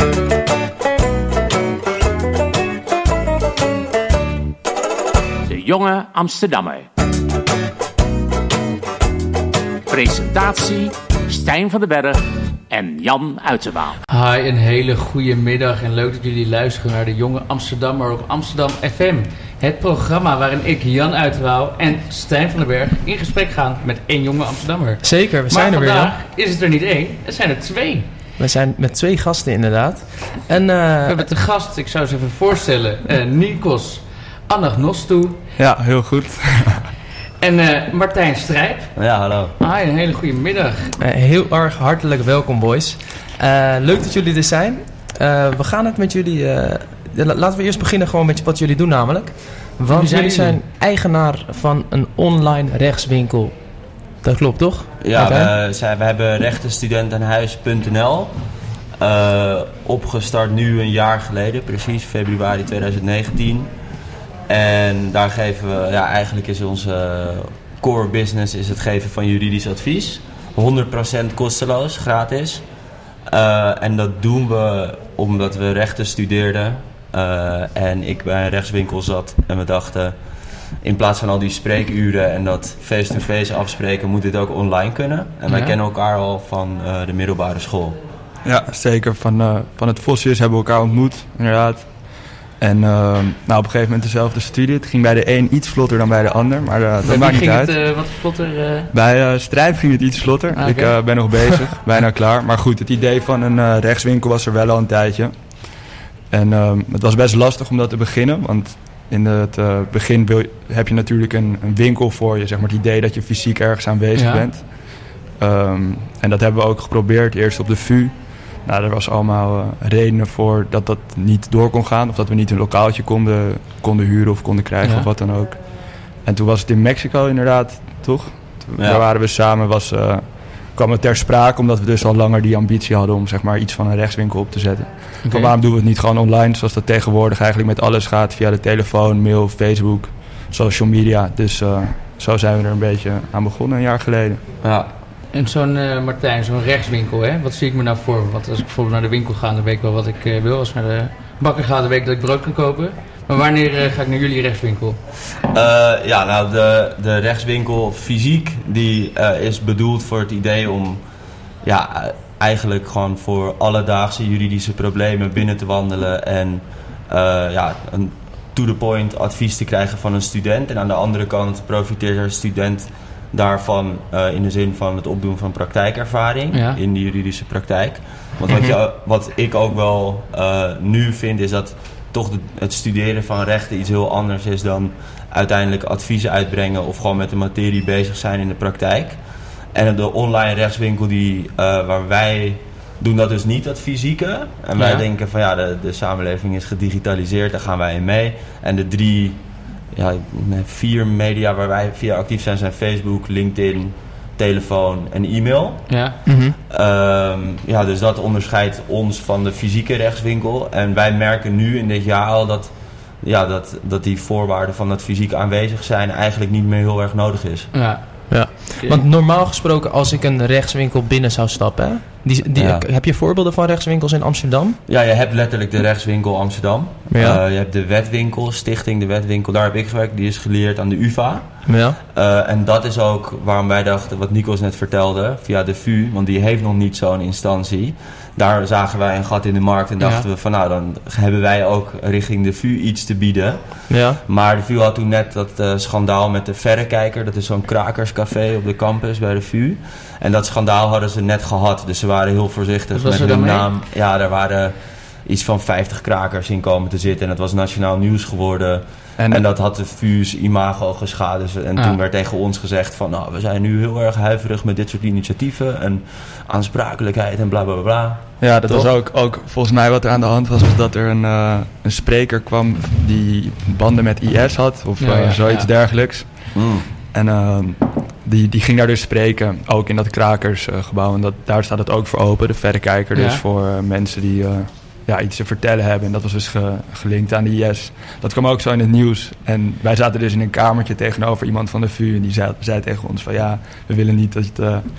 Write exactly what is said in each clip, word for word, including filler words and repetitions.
De Jonge Amsterdammer. Presentatie Stijn van den Berg en Jan Uiterwaal. Hi, een hele goede middag en leuk dat jullie luisteren naar de Jonge Amsterdammer op Amsterdam F M. Het programma waarin ik, Jan Uiterwaal en Stijn van den Berg in gesprek gaan met één jonge Amsterdammer. Zeker, we zijn maar er weer. Maar vandaag is het er niet één, het zijn er twee. We zijn met twee gasten inderdaad. En, uh, we hebben de gast, ik zou ze even voorstellen, uh, Nikos Anagnostou. Ja, heel goed. En uh, Martijn Strijp. Ja, hallo. Ah, een hele goede middag. Uh, heel erg hartelijk welkom, boys. Uh, leuk dat jullie er zijn. Uh, we gaan het met jullie... Uh, laten we eerst beginnen gewoon met wat jullie doen namelijk. Want zijn jullie zijn eigenaar van een online rechtswinkel. Dat klopt, toch? Ja, we, zijn, we hebben rechtenstudentenhuis punt n l uh, opgestart nu een jaar geleden, precies februari twintig negentien. En daar geven we, ja, eigenlijk is onze core business is het geven van juridisch advies. honderd procent kosteloos, gratis. Uh, en dat doen we omdat we rechten studeerden. Uh, en ik bij een rechtswinkel zat en we dachten, in plaats van al die spreekuren en dat face-to-face afspreken, moet dit ook online kunnen. En wij Ja. kennen elkaar al van uh, de middelbare school. Ja, zeker. Van, uh, van het Vosjes hebben we elkaar ontmoet, inderdaad. En uh, nou, op een gegeven moment dezelfde studie. Het ging bij de een iets vlotter dan bij de ander, maar uh, dat Bij maakt wie niet ging uit. Het, uh, wat vlotter? Uh... Bij uh, Strijp ging het iets vlotter. Ah, Ik okay. uh, ben nog bezig, bijna klaar. Maar goed, het idee van een uh, rechtswinkel was er wel al een tijdje. En uh, het was best lastig om dat te beginnen, want in het uh, begin wil, heb je natuurlijk een, een winkel voor je, zeg maar het idee dat je fysiek ergens aanwezig Ja. bent. Um, en dat hebben we ook geprobeerd, eerst op de V U. Nou, er was allemaal uh, redenen voor dat dat niet door kon gaan, of dat we niet een lokaaltje konden, konden huren of konden krijgen, Ja. of wat dan ook. En toen was het in Mexico inderdaad, toch? Toen, Ja. Daar waren we samen, was, uh, kwam het ter sprake, omdat we dus al langer die ambitie hadden om zeg maar iets van een rechtswinkel op te zetten. Okay. Van waarom doen we het niet gewoon online, zoals dat tegenwoordig eigenlijk met alles gaat, via de telefoon, mail, Facebook, social media. Dus uh, zo zijn we er een beetje aan begonnen een jaar geleden. Ja. En zo'n uh, Martijn, zo'n rechtswinkel, hè? Wat zie ik me nou voor? Want als ik bijvoorbeeld naar de winkel ga, dan weet ik wel wat ik uh, wil. Als ik naar de bakker ga, dan weet ik dat ik brood kan kopen. Maar wanneer uh, ga ik naar jullie rechtswinkel? Uh, ja, nou, de, de rechtswinkel fysiek, die uh, is bedoeld voor het idee om, ja, eigenlijk gewoon voor alledaagse juridische problemen binnen te wandelen en uh, ja, een to-the-point advies te krijgen van een student. En aan de andere kant profiteert een student daarvan uh, in de zin van het opdoen van praktijkervaring Ja. in de juridische praktijk. Want wat, je, wat ik ook wel uh, nu vind is dat toch de, het studeren van rechten iets heel anders is dan uiteindelijk adviezen uitbrengen of gewoon met de materie bezig zijn in de praktijk. En de online rechtswinkel die, uh, waar wij doen dat dus niet, dat fysieke. En wij Ja. denken van ja, de, de samenleving is gedigitaliseerd, daar gaan wij in mee. En de drie, ja, vier media waar wij via actief zijn, zijn Facebook, LinkedIn, telefoon en e-mail. Ja. Mm-hmm. Um, ja, dus dat onderscheidt ons van de fysieke rechtswinkel. En wij merken nu in dit jaar al dat, ja, dat, dat die voorwaarden van dat fysiek aanwezig zijn eigenlijk niet meer heel erg nodig is. Ja. Ja. Want normaal gesproken, als ik een rechtswinkel binnen zou stappen, hè, die, die, Ja. heb je voorbeelden van rechtswinkels in Amsterdam? Ja, je hebt letterlijk de rechtswinkel Amsterdam. Ja. Uh, je hebt de wetwinkel, Stichting de Wetwinkel. Daar heb ik gewerkt. Die is geleerd aan de U vA. Ja. Uh, en dat is ook waarom wij dachten, wat Nikos net vertelde, via de V U, want die heeft nog niet zo'n instantie. Daar zagen wij een gat in de markt en dachten Ja. we van nou, dan hebben wij ook richting de V U iets te bieden. Ja. Maar de V U had toen net dat uh, schandaal met de Verrekijker. Dat is zo'n krakerscafé op de campus bij de V U. En dat schandaal hadden ze net gehad. Dus ze waren heel voorzichtig Wat was met er hun dan naam. Ja, er waren iets van vijftig krakers in komen te zitten. En dat was nationaal nieuws geworden. En, en dat had de V U's imago geschaad. En Ja. toen werd tegen ons gezegd van, nou, we zijn nu heel erg huiverig met dit soort initiatieven. En aansprakelijkheid en bla bla bla. Ja, dat Toch? was ook, ook volgens mij wat er aan de hand was, was dat er een, uh, een spreker kwam die banden met I S had of Ja, uh, ja, zoiets ja. dergelijks. Mm. En uh, die, die ging daar dus spreken, ook in dat krakersgebouw. En dat, daar staat het ook voor open, de verrekijker. Dus Ja. voor uh, mensen die uh, ja, iets te vertellen hebben. En dat was dus ge, gelinkt aan de I S. Dat kwam ook zo in het nieuws. En wij zaten dus in een kamertje tegenover iemand van de V U. En die zei, zei tegen ons van ja, we willen niet dat... Uh,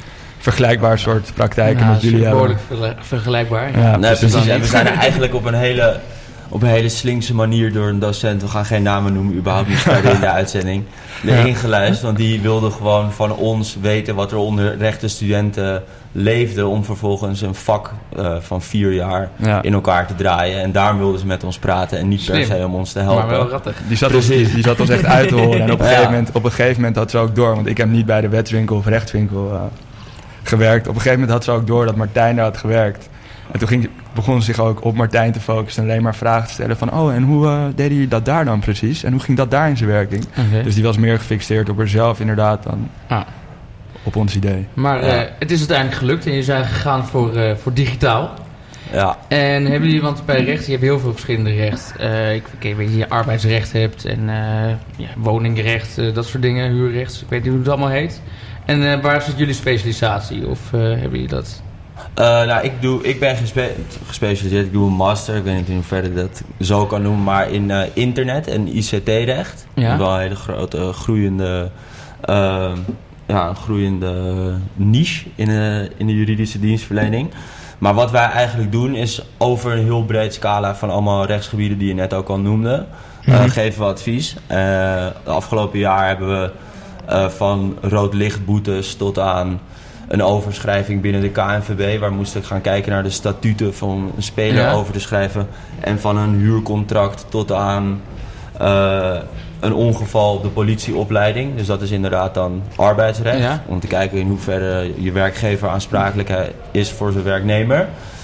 vergelijkbaar soort praktijken Ja, met jullie hebben. behoorlijk vergel- vergelijkbaar. Ja. Ja, Nee, precies. precies. En we zijn er eigenlijk op een hele, op een hele slinkse manier door een docent, we gaan geen namen noemen, überhaupt niet verder in de uitzending, erin geluisterd. Want die wilde gewoon van ons weten wat er onder rechtenstudenten leefde om vervolgens een vak uh, van vier jaar Ja. in elkaar te draaien. En daarom wilden ze met ons praten en niet per Slim. se om ons te helpen. Maar wel rattig. Die zat, ons, die, die zat ons echt uit te horen. En op een, Ja. gegeven moment, op een gegeven moment had ze ook door, want ik heb niet bij de wetswinkel of rechtswinkel uh, gewerkt. Op een gegeven moment had ze ook door dat Martijn daar had gewerkt. En toen ging, begon ze zich ook op Martijn te focussen en alleen maar vragen te stellen van, oh, en hoe uh, deden jullie dat daar dan precies? En hoe ging dat daar in zijn werking? Okay. Dus die was meer gefixeerd op haarzelf inderdaad dan Ah. op ons idee. Maar Ja. uh, het is uiteindelijk gelukt en je zijn gegaan voor, uh, voor digitaal. Ja. En hebben jullie, want bij recht, je hebt heel veel verschillende recht. Uh, ik, ik weet dat je arbeidsrecht hebt en uh, ja, woningrecht, uh, dat soort dingen, huurrecht. Ik weet niet hoe het allemaal heet. En uh, waar zit jullie specialisatie? Of uh, hebben jullie dat? Uh, nou, ik, doe, ik ben gespe- gespecialiseerd. Ik doe een master. Ik weet niet in hoeverre ik dat zo kan noemen. Maar in uh, internet en I C T-recht. Ja. Dat is wel een hele grote groeiende, uh, ja, een groeiende niche in de, in de juridische dienstverlening. Maar wat wij eigenlijk doen is over een heel breed scala van allemaal rechtsgebieden die je net ook al noemde. Uh, Mhm. geven we advies. Uh, de afgelopen jaar hebben we uh, van rood lichtboetes tot aan een overschrijving binnen de K N V B. Waar moest ik gaan kijken naar de statuten van een speler Ja. over te schrijven. En van een huurcontract tot aan uh, een ongeval op de politieopleiding. Dus dat is inderdaad dan arbeidsrecht. Ja. Om te kijken in hoeverre je werkgever aansprakelijk is voor zijn werknemer.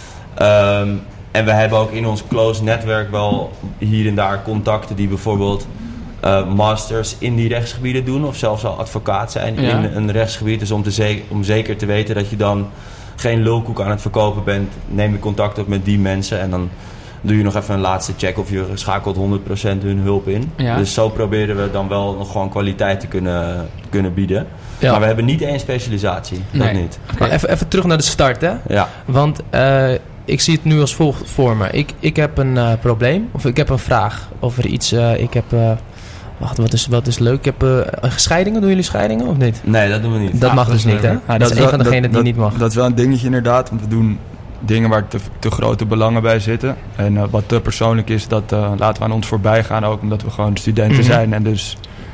Um, en we hebben ook in ons close netwerk wel hier en daar contacten die bijvoorbeeld uh, masters in die rechtsgebieden doen. Of zelfs al advocaat zijn Ja. in een rechtsgebied. Dus om, te ze- om zeker te weten dat je dan geen lulkoek aan het verkopen bent, neem je contact op met die mensen. En dan doe je nog even een laatste check of je schakelt honderd procent hun hulp in. Ja. Dus zo proberen we dan wel nog gewoon kwaliteit te kunnen, kunnen bieden. Ja. Maar we hebben niet één specialisatie. Dat Nee. niet. Maar even, even terug naar de start, hè? Ja. Want uh, ik zie het nu als volgt voor me. Ik, ik heb een uh, probleem, of ik heb een vraag over iets. Uh, ik heb, uh, wacht, wat is, wat is leuk? Ik heb uh, scheidingen. Doen jullie scheidingen of niet? Nee, dat doen we niet. Dat Ah, mag dat dus is niet, hè? leuk. dat, is een wel- van degenen die dat- niet mag. Dat is wel een dingetje inderdaad, want we doen dingen waar te, te grote belangen bij zitten. En uh, wat te persoonlijk is, dat uh, laten we aan ons voorbij gaan. Ook omdat we gewoon studenten Mhm. zijn en dus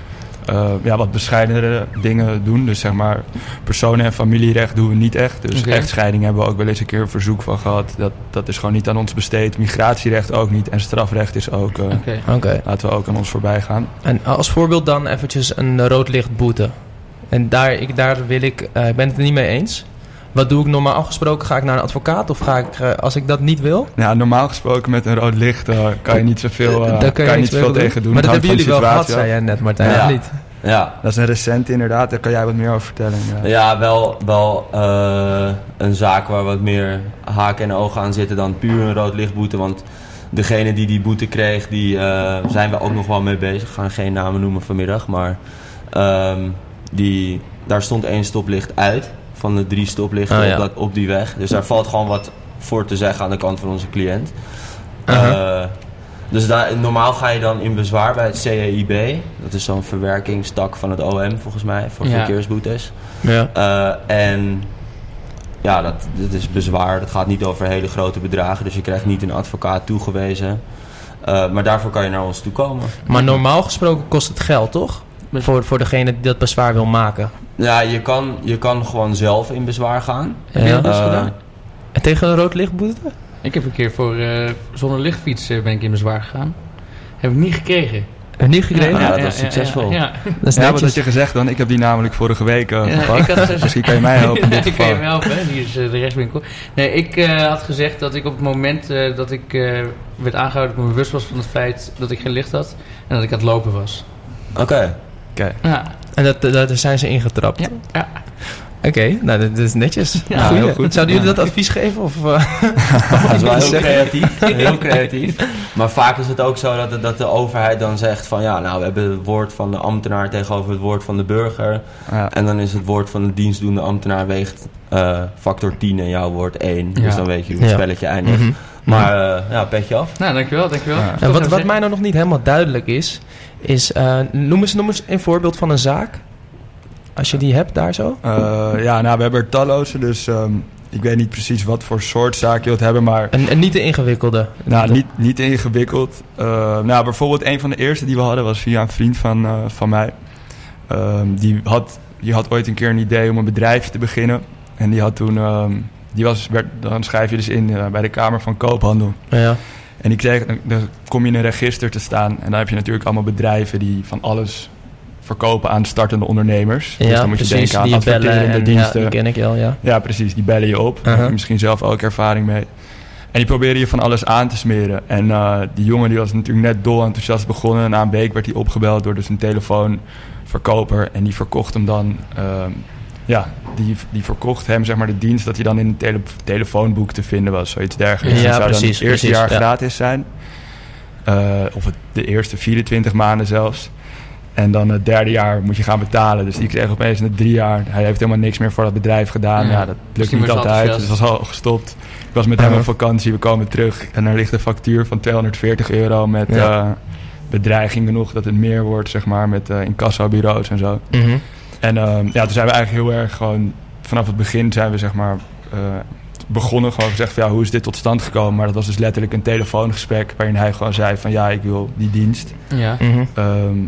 uh, ja, wat bescheidenere dingen doen. Dus zeg maar personen- en familierecht doen we niet echt. Dus Oké. echtscheiding hebben we ook wel eens een keer een verzoek van gehad. Dat, dat is gewoon niet aan ons besteed. Migratierecht ook niet. En strafrecht is ook, uh, Oké. Oké. laten we ook aan ons voorbij gaan. En als voorbeeld dan eventjes een rood licht boete. En daar, ik, daar wil ik, uh, ik ben het er niet mee eens. Wat doe ik normaal gesproken? Ga ik naar een advocaat of ga ik, uh, als ik dat niet wil? Ja, normaal gesproken met een rood licht uh, kan je niet zoveel, uh, Daar kan je niet zoveel tegen doen. Maar dat Het hebben hangt jullie van wel de gehad, situatie zei jij net, Martijn, Ja. of niet? Ja. Dat is een recent inderdaad, daar kan jij wat meer over vertellen. Ja. Ja, wel, wel uh, een zaak waar wat meer haken en ogen aan zitten dan puur een rood lichtboete. Want degene die die boete kreeg, die uh, zijn we ook nog wel mee bezig. Ik ga geen namen noemen vanmiddag, maar um, die, daar stond één stoplicht uit van de drie stoplichten Oh, ja. op, dat, op die weg. Dus daar valt gewoon wat voor te zeggen aan de kant van onze cliënt. Uh-huh. Uh, dus daar, normaal ga je dan in bezwaar bij het C E I B. Dat is zo'n verwerkingstak van het O M volgens mij, voor Ja. verkeersboetes. Ja. Uh, en ja, dat, dat is bezwaar. Dat gaat niet over hele grote bedragen. Dus je krijgt niet een advocaat toegewezen. Uh, maar daarvoor kan je naar ons toe komen. Maar normaal gesproken kost het geld, toch? Voor, voor degene die dat bezwaar wil maken. Ja, je kan, je kan gewoon zelf in bezwaar gaan. Heb je Ja. dat dus Uh, gedaan? En tegen een rood lichtboete? Ik heb een keer voor uh, zonder lichtfiets uh, ben ik in bezwaar gegaan. Heb ik niet gekregen. En niet gekregen? Ja, dat was succesvol. Ja, ja. Dat is Ja, wat netjes. had je gezegd dan? Ik heb die namelijk vorige week uh, Ja, gepakt. ik had gezegd- Misschien kan je mij helpen in dit Ik kan je geval. helpen, hè? Hier is uh, de rechtswinkel. Nee, ik uh, had gezegd dat ik op het moment uh, dat ik uh, werd aangehouden, dat ik me bewust was van het feit dat ik geen licht had en dat ik aan het lopen was. Oké. Okay. Ja, En dat, dat, daar zijn ze ingetrapt? ja, ja. Oké, okay, nou dat, dat is netjes. Ja, Goeie. heel goed. Zouden jullie dat advies geven? Of, uh? Dat is wel heel Zeggen. creatief. Heel creatief. Maar vaak is het ook zo dat de, dat de overheid dan zegt van ja, nou we hebben het woord van de ambtenaar tegenover het woord van de burger. Ja. En dan is het woord van de dienstdoende ambtenaar weegt uh, factor tien en jouw woord één. Ja. Dus dan weet je hoe het Ja. spelletje eindigt. Mm-hmm. Maar uh, ja, petje af. Nou, dankjewel, dankjewel. Ja. Toch En wat, even wat mij nou nog niet helemaal duidelijk is, is uh, noem, eens, noem eens een voorbeeld van een zaak. Als je die hebt daar zo? Uh, ja, nou, we hebben er talloze, dus um, ik weet niet precies wat voor soort zaak je wilt hebben, maar... En, en niet de ingewikkelde? Nou, niet, niet ingewikkeld. Uh, nou, bijvoorbeeld een van de eerste die we hadden was via een vriend van, uh, van mij. Uh, die, had, die had ooit een keer een idee om een bedrijfje te beginnen. En die had toen... Uh, die was, werd, dan schrijf je dus in uh, bij de Kamer van Koophandel. Ja. En die kreeg, dan, dan kom je in een register te staan. En dan heb je natuurlijk allemaal bedrijven die van alles verkopen aan startende ondernemers. Ja, dus dan moet je precies, denken aan die adverterende bellen en, diensten. Ja, die ken ik wel, ja. Ja, precies. Die bellen je op. Daar Uh-huh. heb je misschien zelf ook ervaring mee. En die probeerde je van alles aan te smeren. En uh, die jongen die was natuurlijk net dol enthousiast begonnen. En na een week werd hij opgebeld door dus een telefoonverkoper. En die verkocht hem dan... Uh, ja, die, die verkocht hem zeg maar de dienst dat hij dan in een tele- telefoonboek te vinden was. Zoiets dergelijks. Ja, dat zou precies, dan het eerste precies, jaar ja. gratis zijn. Uh, of het, de eerste vierentwintig maanden zelfs. En dan het derde jaar moet je gaan betalen. Dus die kreeg opeens na drie jaar... Hij heeft helemaal niks meer voor dat bedrijf gedaan. Ja. Ja, dat lukt die niet was altijd. enthousiast. Dus dat was al gestopt. Ik was met hem Uh-huh. op vakantie. We komen terug. En er ligt een factuur van tweehonderdveertig euro... met Ja. uh, bedreigingen nog dat het meer wordt, zeg maar. Met uh, incassobureaus en zo. Mm-hmm. En uh, ja, toen zijn we eigenlijk heel erg gewoon... Vanaf het begin zijn we zeg maar... Uh, begonnen, gewoon gezegd van ja, hoe is dit tot stand gekomen? Maar dat was dus letterlijk een telefoongesprek... waarin hij gewoon zei van ja, ik wil die dienst. Ja. Mm-hmm. Um,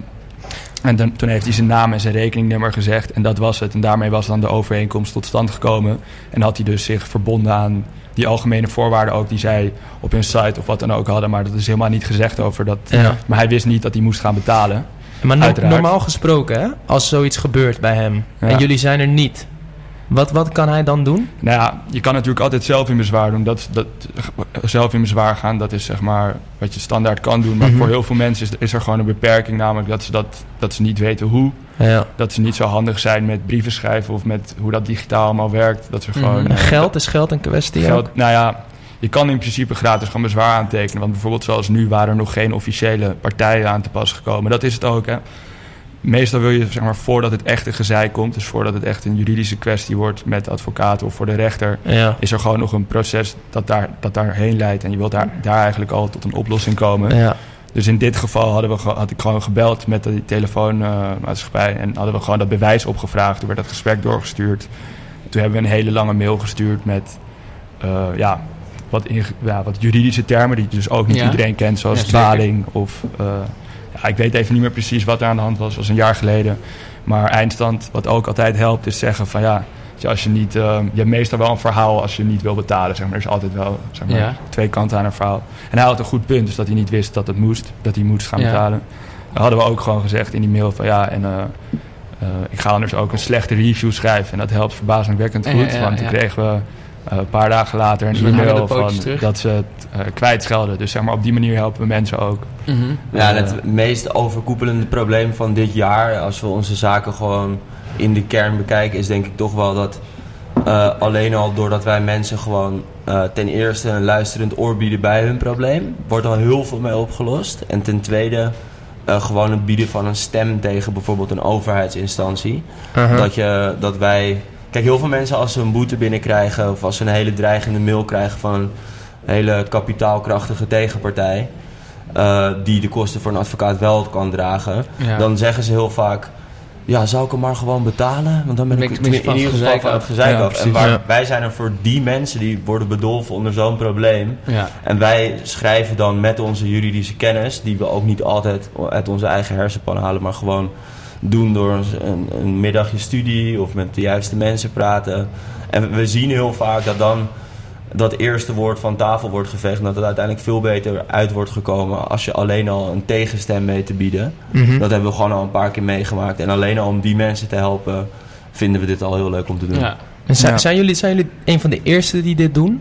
en dan, toen heeft hij zijn naam en zijn rekeningnummer gezegd. En dat was het. En daarmee was dan de overeenkomst tot stand gekomen. En had hij dus zich verbonden aan die algemene voorwaarden ook... die zij op hun site of wat dan ook hadden. Maar dat is helemaal niet gezegd over dat. Ja. Maar hij wist niet dat hij moest gaan betalen. Maar no- Uiteraard. normaal gesproken, hè, als zoiets gebeurt bij hem... Ja. en jullie zijn er niet... Wat, wat kan hij dan doen? Nou ja, je kan natuurlijk altijd zelf in bezwaar doen. Dat, dat, zelf in bezwaar gaan, dat is zeg maar wat je standaard kan doen. Maar Mhm. voor heel veel mensen is, is er gewoon een beperking. Namelijk dat ze, dat, dat ze niet weten hoe. Ja. Dat ze niet zo handig zijn met brieven schrijven... of met hoe dat digitaal allemaal werkt. Dat ze gewoon... Mhm. En eh, geld, is geld een kwestie Geld, ook? nou ja, je kan in principe gratis gewoon bezwaar aantekenen. Want bijvoorbeeld zoals nu waren er nog geen officiële partijen aan te pas gekomen. Dat is het ook, hè. Meestal wil je, zeg maar, voordat het echt een gezeik komt... dus voordat het echt een juridische kwestie wordt met de advocaat of voor de rechter... Ja. is er gewoon nog een proces dat, daar, dat daarheen leidt. En je wilt daar, daar eigenlijk al tot een oplossing komen. Ja. Dus in dit geval hadden we, ge- had ik gewoon gebeld met die telefoonmaatschappij... en hadden we gewoon dat bewijs opgevraagd. Toen werd dat gesprek doorgestuurd. Toen hebben we een hele lange mail gestuurd met... Uh, ja, wat, in, ja, wat juridische termen die dus ook niet Ja. iedereen kent... zoals Ja, zeker. dwaling of... Uh, ja, ik weet even niet meer precies wat er aan de hand was. Dat was een jaar geleden. Maar eindstand, wat ook altijd helpt, is zeggen van ja... Als je niet, uh, je hebt meestal wel een verhaal als je niet wil betalen. Zeg maar. Er is altijd wel zeg maar, Ja. twee kanten aan een verhaal. En hij had een goed punt, dus dat hij niet wist dat het moest. Dat hij moest gaan Ja. betalen. Dan hadden we ook gewoon gezegd in die mail van ja... En, uh, uh, ik ga anders ook een slechte review schrijven. En dat helpt verbazingwekkend goed. Ja, ja, want toen ja. kregen we uh, een paar dagen later een Dus we hangen e-mail de van pootjes terug. dat ze het uh, kwijtschelden. Dus zeg maar, op die manier helpen we mensen ook. Mhm. Ja, en Uh, het meest overkoepelende probleem van dit jaar, als we onze zaken gewoon in de kern bekijken, is denk ik toch wel dat uh, alleen al doordat wij mensen gewoon uh, ten eerste een luisterend oor bieden bij hun probleem, wordt al heel veel mee opgelost. En ten tweede uh, gewoon het bieden van een stem tegen bijvoorbeeld een overheidsinstantie. Uh-huh. Dat, je, dat wij... Kijk, heel veel mensen als ze een boete binnenkrijgen of als ze een hele dreigende mail krijgen van een hele kapitaalkrachtige tegenpartij, Uh, die de kosten voor een advocaat wel kan dragen, Ja. dan zeggen ze heel vaak, ja, zou ik hem maar gewoon betalen? Want dan ben ik Niks- in niks van ieder het geval gezeik van het af. gezeik Ja, af. precies, En waar, ja. wij zijn er voor die mensen die worden bedolven onder zo'n probleem. Ja. En wij schrijven dan met onze juridische kennis, die we ook niet altijd uit onze eigen hersenpan halen, maar gewoon doen door een, een middagje studie of met de juiste mensen praten. En we zien heel vaak dat dan dat eerste woord van tafel wordt geveegd en dat het uiteindelijk veel beter uit wordt gekomen als je alleen al een tegenstem weet te bieden. Mhm. Dat hebben we gewoon al een paar keer meegemaakt. En alleen al om die mensen te helpen vinden we dit al heel leuk om te doen. Ja. En zijn, Ja. zijn, jullie, zijn jullie een van de eerste die dit doen?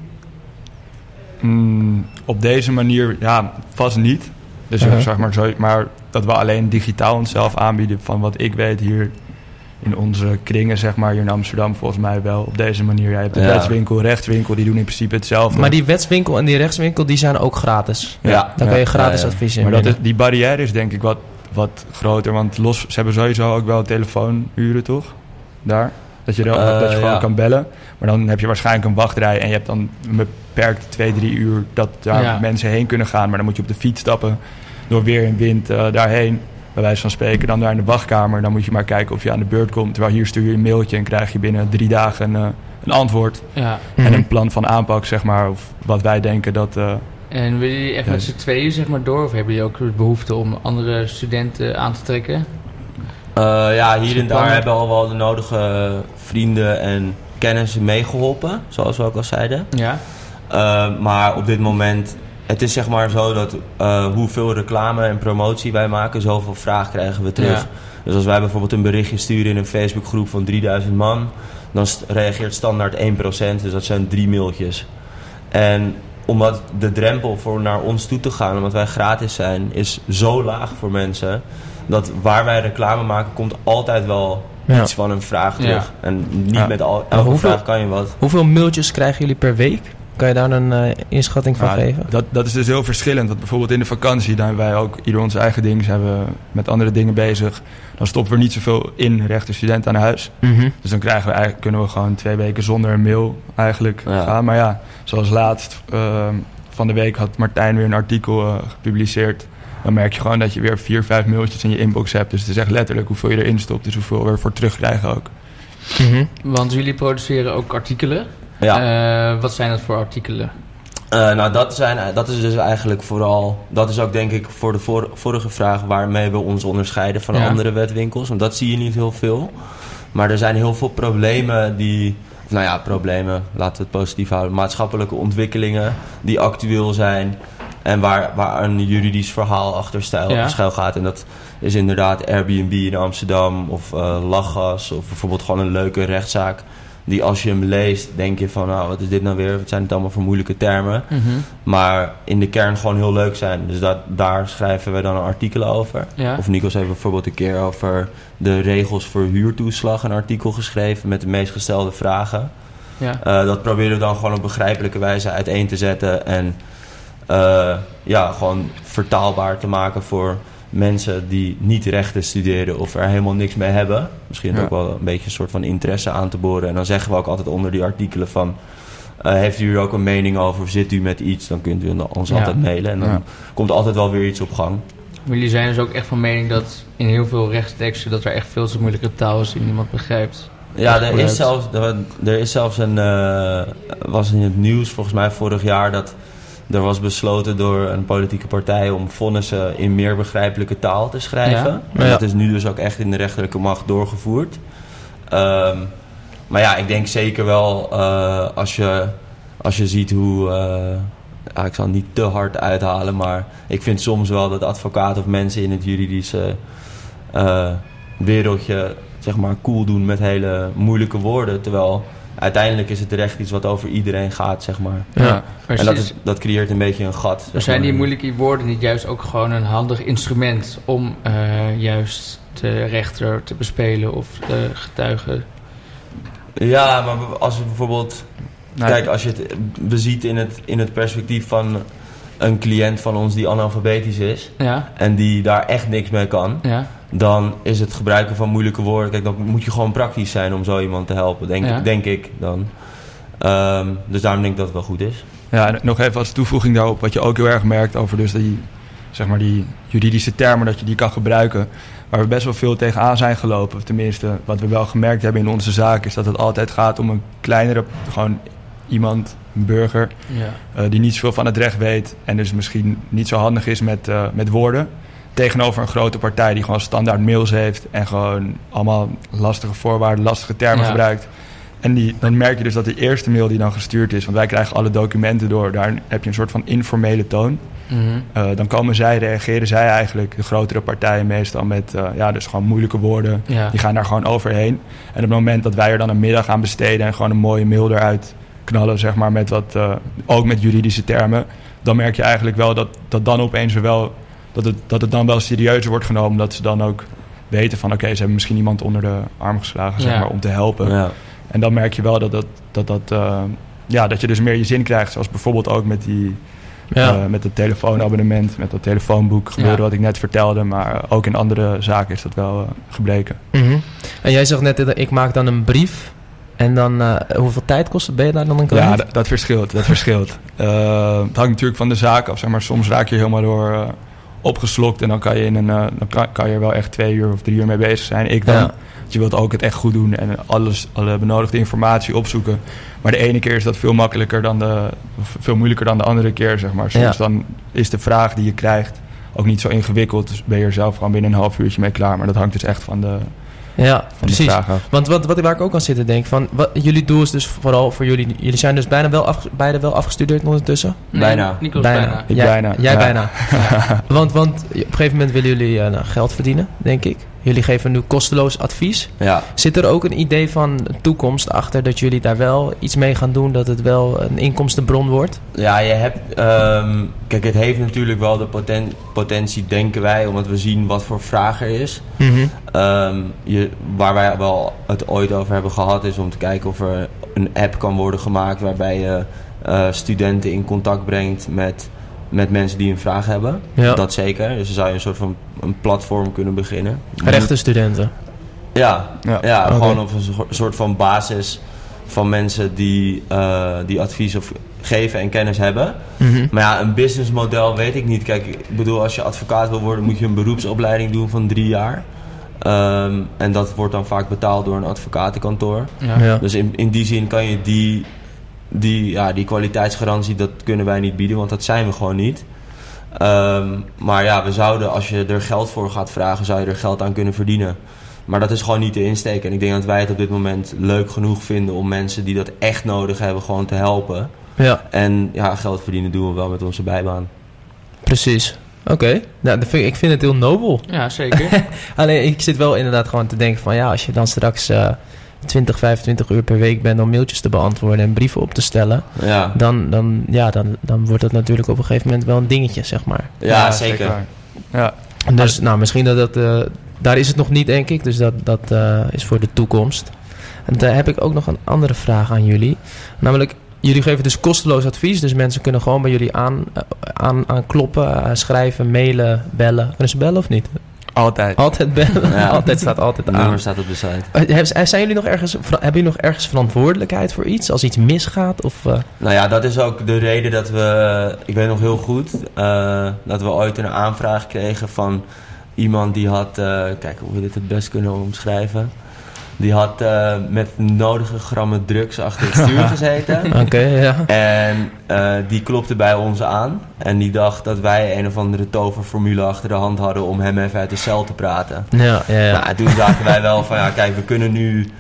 Mm, op deze manier, ja, vast niet. Dus Uh-huh. zeg maar, zo, maar dat we alleen digitaal onszelf aanbieden van wat ik weet hier in onze kringen, zeg maar, hier in Amsterdam volgens mij wel op deze manier. Ja, je hebt de Ja. wetswinkel, rechtswinkel, die doen in principe hetzelfde. Maar die wetswinkel en die rechtswinkel, die zijn ook gratis. Ja. Daar kan je gratis Ja, ja. advies in Maar dat is, winnen. die barrière is denk ik wat, wat groter, want los, ze hebben sowieso ook wel telefoonuren, toch? Daar. Dat je, er, Uh, dat je gewoon ja. kan bellen. Maar dan heb je waarschijnlijk een wachtrij en je hebt dan een beperkt twee, drie uur dat daar Ja. mensen heen kunnen gaan. Maar dan moet je op de fiets stappen door weer en wind uh, daarheen. bij wijze van spreken dan daar in de wachtkamer. Dan moet je maar kijken of je aan de beurt komt. Terwijl hier stuur je een mailtje en krijg je binnen drie dagen een, uh, een antwoord. Ja. En een plan van aanpak, zeg maar. Of wat wij denken dat... Uh, en willen jullie echt ja, met z'n tweeën zeg maar door? Of hebben jullie ook de behoefte om andere studenten aan te trekken? Uh, ja, hier en daar hebben al wel de nodige vrienden en kennissen meegeholpen. Zoals we ook al zeiden. Ja. Uh, maar op dit moment... Het is zeg maar zo dat uh, hoeveel reclame en promotie wij maken, zoveel vraag krijgen we terug. Ja. Dus als wij bijvoorbeeld een berichtje sturen in een Facebookgroep van drieduizend man, dan st- reageert standaard één procent, dus dat zijn drie mailtjes. En omdat de drempel voor naar ons toe te gaan, omdat wij gratis zijn, is zo laag voor mensen, dat waar wij reclame maken, komt altijd wel ja. iets van een vraag terug. Ja. En niet ja. met al, elke hoeveel, vraag kan je wat. Hoeveel mailtjes krijgen jullie per week? Kan je daar een uh, inschatting van ja, geven? Dat, dat is dus heel verschillend. Want bijvoorbeeld in de vakantie, daar hebben wij ook ieder onze eigen ding. Zijn we met andere dingen bezig. Dan stoppen we niet zoveel in rechter student aan huis. Mm-hmm. Dus dan krijgen we eigenlijk, kunnen we gewoon twee weken zonder een mail eigenlijk ja. gaan. Maar ja, zoals laatst uh, van de week had Martijn weer een artikel uh, gepubliceerd. Dan merk je gewoon dat je weer vier, vijf mailtjes in je inbox hebt. Dus het is echt letterlijk hoeveel je erin stopt. Dus hoeveel we ervoor terugkrijgen ook. Mm-hmm. Want jullie produceren ook artikelen. Ja. Uh, wat zijn dat voor artikelen? Uh, nou, dat, zijn, dat is dus eigenlijk vooral... Dat is ook denk ik voor de vor, vorige vraag waarmee we ons onderscheiden van ja. andere wetwinkels. Want dat zie je niet heel veel. Maar er zijn heel veel problemen die... Nou ja, problemen, laten we het positief houden. Maatschappelijke ontwikkelingen die actueel zijn. En waar, waar een juridisch verhaal achter stijl, ja. schuil gaat. En dat is inderdaad Airbnb in Amsterdam of uh, lachgas. Of bijvoorbeeld gewoon een leuke rechtszaak. Die als je hem leest, denk je van, nou, wat is dit nou weer? Wat zijn het allemaal voor moeilijke termen? Mm-hmm. Maar in de kern gewoon heel leuk zijn. Dus dat, daar schrijven we dan een artikel over. Ja. Of Nikos heeft bijvoorbeeld een keer over de regels voor huurtoeslag een artikel geschreven met de meest gestelde vragen. Ja. Uh, dat proberen we dan gewoon op begrijpelijke wijze uiteen te zetten. En uh, ja, gewoon vertaalbaar te maken voor mensen die niet rechten studeren of er helemaal niks mee hebben. Misschien ja. ook wel een beetje een soort van interesse aan te boren. En dan zeggen we ook altijd onder die artikelen van... Uh, heeft u er ook een mening over of zit u met iets? Dan kunt u ons ja. altijd mailen. En dan ja. komt er altijd wel weer iets op gang. Maar jullie zijn dus ook echt van mening dat in heel veel rechtsteksten... dat er echt veel te moeilijke taal is die niemand begrijpt. Ja, er is, zelfs, er, er is zelfs een... Uh, was in het nieuws volgens mij vorig jaar dat... Er was besloten door een politieke partij om vonnissen in meer begrijpelijke taal te schrijven. Ja? En ja. dat is nu dus ook echt in de rechterlijke macht doorgevoerd. Um, maar ja, ik denk zeker wel uh, als, je, als je ziet hoe... Uh, ja, ik zal het niet te hard uithalen, maar ik vind soms wel dat advocaten of mensen in het juridische uh, wereldje zeg maar cool doen met hele moeilijke woorden. Terwijl... Uiteindelijk is het recht iets wat over iedereen gaat, zeg maar. Ja, en dat, is, dat creëert een beetje een gat. Er zijn die moeilijke woorden niet juist ook gewoon een handig instrument... om uh, juist de rechter te bespelen of de getuigen? Ja, maar als we bijvoorbeeld... Nou, kijk, als je het beziet in het, in het perspectief van een cliënt van ons die analfabetisch is... Ja. en die daar echt niks mee kan... Ja. dan is het gebruiken van moeilijke woorden... Kijk, dan moet je gewoon praktisch zijn om zo iemand te helpen, denk, ja. denk ik dan. Um, dus daarom denk ik dat het wel goed is. Ja, en nog even als toevoeging daarop... wat je ook heel erg merkt over dus die, zeg maar die juridische termen... dat je die kan gebruiken... waar we best wel veel tegenaan zijn gelopen. Of tenminste, wat we wel gemerkt hebben in onze zaak... is dat het altijd gaat om een kleinere... gewoon iemand, een burger... Ja. Uh, die niet zoveel van het recht weet... en dus misschien niet zo handig is met, uh, met woorden... tegenover een grote partij die gewoon standaard mails heeft... en gewoon allemaal lastige voorwaarden, lastige termen ja. gebruikt. En die, dan merk je dus dat de eerste mail die dan gestuurd is... want wij krijgen alle documenten door... daar heb je een soort van informele toon. Mm-hmm. Uh, dan komen zij, reageren zij eigenlijk... de grotere partijen meestal met uh, ja, dus gewoon moeilijke woorden. Ja. Die gaan daar gewoon overheen. En op het moment dat wij er dan een middag aan besteden... en gewoon een mooie mail eruit knallen... zeg maar, met wat, uh, ook met juridische termen... dan merk je eigenlijk wel dat, dat dan opeens weer wel... Dat het, dat het dan wel serieuzer wordt genomen. Dat ze dan ook weten van... oké, okay, ze hebben misschien iemand onder de arm geslagen... zeg ja. maar, om te helpen. Ja. En dan merk je wel dat, dat, dat, dat, uh, ja, dat je dus meer je zin krijgt. Zoals bijvoorbeeld ook met, die, ja. uh, met het telefoonabonnement... met dat telefoonboek gebeurde ja. wat ik net vertelde. Maar ook in andere zaken is dat wel uh, gebleken. Mm-hmm. En jij zegt net, ik maak dan een brief... En dan, uh, hoeveel tijd kost het? Ben je daar dan een klant? Ja, dat, dat verschilt. Dat verschilt. Uh, het hangt natuurlijk van de zaak af. Zeg maar, soms raak je helemaal door... Uh, opgeslokt en dan kan je, in een, uh, dan kan, kan je er wel echt twee uur of drie uur mee bezig zijn. Ik dan, Ja. want je wilt ook het echt goed doen en alles, alle benodigde informatie opzoeken. Maar de ene keer is dat veel makkelijker dan de, of veel moeilijker dan de andere keer, zeg maar. Soms Ja. dan is de vraag die je krijgt ook niet zo ingewikkeld, dus ben je er zelf gewoon binnen een half uurtje mee klaar. Maar dat hangt dus echt van de, Ja, van de precies. vraag af. Want wat, wat, waar ik ook aan zit te denken, van, wat, jullie doel is dus vooral voor jullie, jullie zijn dus bijna wel af, beide wel afgestudeerd ondertussen? Nee, Bijna. Nicolas bijna. Ik jij, bijna, Jij ja. bijna. want, want op een gegeven moment willen jullie uh, nou, geld verdienen, denk ik. Jullie geven nu kosteloos advies. Ja. Zit er ook een idee van toekomst achter dat jullie daar wel iets mee gaan doen, dat het wel een inkomstenbron wordt? Ja, je hebt... Um, kijk, het heeft natuurlijk wel de poten- potentie, denken wij, omdat we zien wat voor vraag er is. Mm-hmm. Um, je, waar wij wel het ooit over hebben gehad is om te kijken of er een app kan worden gemaakt waarbij je uh, studenten in contact brengt met, met mensen die een vraag hebben. Ja. Dat zeker. Dus dan zou je een soort van een platform kunnen beginnen. Rechtenstudenten. Ja, Ja. ja, Oké. gewoon op een so- soort van basis van mensen die, uh, die advies of geven en kennis hebben. Mm-hmm. Maar ja, een businessmodel weet ik niet. Kijk, ik bedoel, als je advocaat wil worden, moet je een beroepsopleiding doen van drie jaar. Um, en dat wordt dan vaak betaald door een advocatenkantoor. Ja. Ja. Dus in, in die zin kan je die, die, ja, die kwaliteitsgarantie, dat kunnen wij niet bieden, want dat zijn we gewoon niet. Um, maar ja, we zouden, als je er geld voor gaat vragen, zou je er geld aan kunnen verdienen. Maar dat is gewoon niet de insteek. En ik denk dat wij het op dit moment leuk genoeg vinden om mensen die dat echt nodig hebben, gewoon te helpen. Ja, En ja, geld verdienen doen we wel met onze bijbaan. precies. Oké, okay. Nou, dat vind ik, ik vind het heel nobel. Ja, zeker. Alleen, ik zit wel inderdaad gewoon te denken van ja, als je dan straks uh, twintig, vijfentwintig uur per week bent om mailtjes te beantwoorden en brieven op te stellen, Ja, dan, dan, ja, dan, dan wordt dat natuurlijk op een gegeven moment wel een dingetje, zeg maar. ja, zeker. waar. Ja. Dus nou, misschien dat dat, uh, daar is het nog niet, denk ik. Dus dat, dat uh, is voor de toekomst. En daar heb ik ook nog een andere vraag aan jullie. Namelijk, jullie geven dus kosteloos advies. Dus mensen kunnen gewoon bij jullie aan, uh, aan, aan kloppen, uh, schrijven, mailen, bellen. Kunnen ze bellen of niet? Altijd. Altijd bellen. Ja. Altijd staat altijd Het aan. nummer staat op de site. Uh, hebben- Zijn jullie nog ergens, ver- hebben jullie nog ergens verantwoordelijkheid voor iets? Als iets misgaat? Of, uh, Nou ja, dat is ook de reden dat we... Ik weet nog heel goed uh, dat we ooit een aanvraag kregen van iemand die had... Uh, kijk, hoe we dit het best kunnen omschrijven. Die had uh, met nodige grammen drugs achter het stuur gezeten. Oké, okay, ja. En uh, die klopte bij ons aan. En die dacht dat wij een of andere toverformule achter de hand hadden om hem even uit de cel te praten. Ja, ja, ja. Nou, toen zagen wij wel van ja, kijk, we kunnen nu uh,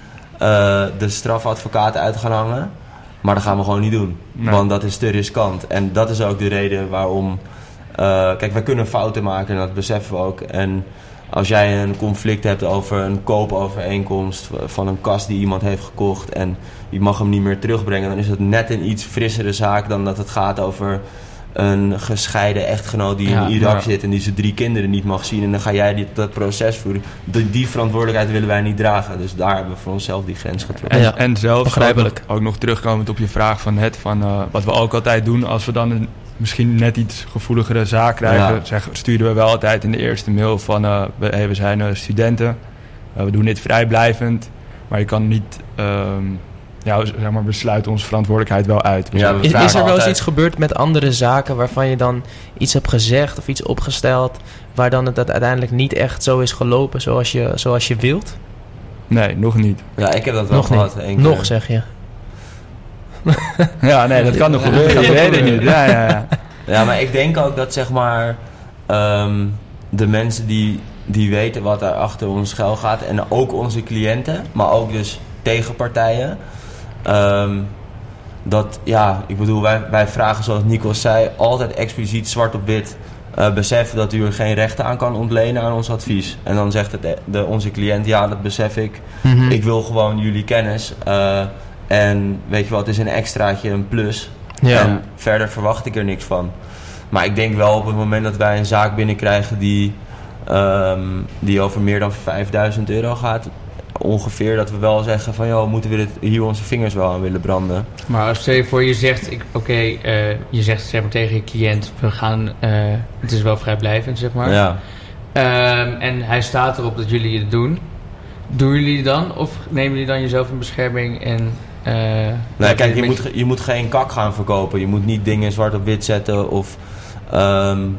de strafadvocaat uit gaan hangen. Maar dat gaan we gewoon niet doen. Nee. Want dat is te riskant. En dat is ook de reden waarom... Uh, kijk, wij kunnen fouten maken en dat beseffen we ook. En als jij een conflict hebt over een koopovereenkomst van een kast die iemand heeft gekocht en je mag hem niet meer terugbrengen, dan is het net een iets frissere zaak dan dat het gaat over een gescheiden echtgenoot die Ja, in Irak ja. zit en die zijn drie kinderen niet mag zien en dan ga jij dit, dat proces voeren. Die, die verantwoordelijkheid willen wij niet dragen. Dus daar hebben we voor onszelf die grens getrokken. En, Ja, en zelfs ook begrijpelijk. nog, ook nog terugkomend op je vraag van net van uh, wat we ook altijd doen als we dan een misschien net iets gevoeligere zaak krijgen, Ja. zeg, sturen we wel altijd in de eerste mail van uh, we, hey, we zijn uh, studenten, uh, we doen dit vrijblijvend, maar je kan niet, um, ja, zeg maar, we sluiten onze verantwoordelijkheid wel uit. Dus Ja, we we Is, vragen is er wel eens altijd- iets gebeurd met andere zaken waarvan je dan iets hebt gezegd of iets opgesteld, waar dan het uiteindelijk niet echt zo is gelopen zoals je, zoals je wilt? Nee, nog niet. Ja, ik heb dat wel Nog gehad. niet. één keer. Nog, zeg je. Ja, nee, dat kan nog Ja, gebeuren. dat Ik kan weet het gebeuren. niet. Ja, ja, ja. Ja, maar ik denk ook dat zeg maar um, de mensen die, die weten wat er achter ons schuil gaat en ook onze cliënten, maar ook dus tegenpartijen. Um, dat ja, ik bedoel, wij, wij vragen zoals Nico zei altijd expliciet zwart op wit. Uh, beseffen dat u er geen rechten aan kan ontlenen aan ons advies. En dan zegt het de, de, onze cliënt, ja, dat besef ik. Mhm. Ik wil gewoon jullie kennis. Uh, en weet je wat, het is een extraatje, een plus. Ja. En verder verwacht ik er niks van. Maar ik denk wel op het moment dat wij een zaak binnenkrijgen die, um, die over meer dan vijfduizend euro gaat, ongeveer, dat we wel zeggen van joh, moeten we dit, hier onze vingers wel aan willen branden. Maar als stel je voor je zegt, ik- oké, okay, uh, je zegt zeg maar tegen je cliënt, we gaan, uh, het is wel vrijblijvend zeg maar. Ja. Um, en hij staat erop dat jullie het doen. Doen jullie het dan? Of nemen jullie dan jezelf in bescherming en... Uh, Nee, kijk, je moet, ge- je moet geen kak gaan verkopen. Je moet niet dingen zwart op wit zetten of... Um,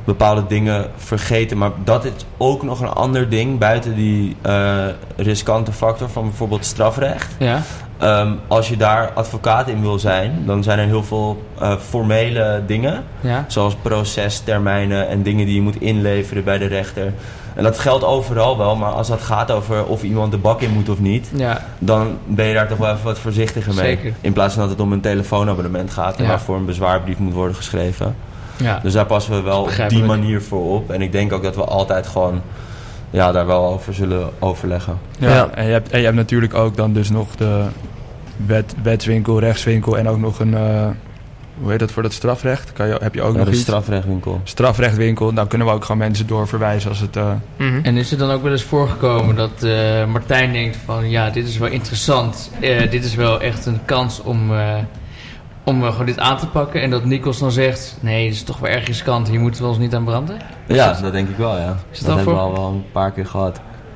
bepaalde dingen vergeten. Maar dat is ook nog een ander ding buiten die uh, riskante factor van bijvoorbeeld strafrecht. Ja. Um, als je daar advocaat in wil zijn, dan zijn er heel veel uh, formele dingen. Ja. Zoals procestermijnen en dingen die je moet inleveren bij de rechter. En dat geldt overal wel, maar als dat gaat over of iemand de bak in moet of niet, Ja. dan ben je daar toch wel even wat voorzichtiger mee. Zeker. In plaats van dat het om een telefoonabonnement gaat en Ja. waarvoor een bezwaarbrief moet worden geschreven. Ja. Dus daar passen we wel op die Begrijpelijk. manier voor op. En ik denk ook dat we altijd gewoon ja, daar wel over zullen overleggen. Ja, Ja. En, je hebt, en je hebt natuurlijk ook dan dus nog de wet, wetswinkel, rechtswinkel en ook nog een, uh, hoe heet dat voor dat strafrecht? Kan je, heb je ook Ja, nog de iets? strafrechtwinkel. Strafrechtwinkel, dan kunnen we ook gewoon mensen doorverwijzen als het... Uh, Mhm. En is het dan ook wel eens voorgekomen dat uh, Martijn denkt van ja, dit is wel interessant. Uh, dit is wel echt een kans om, uh, om uh, gewoon dit aan te pakken. En dat Nikos dan zegt, nee, dit is toch wel erg riskant. Hier moeten we ons niet aan branden. Ja, dat denk ik wel, ja. Is het dat al hebben we voor- al wel een paar keer gehad.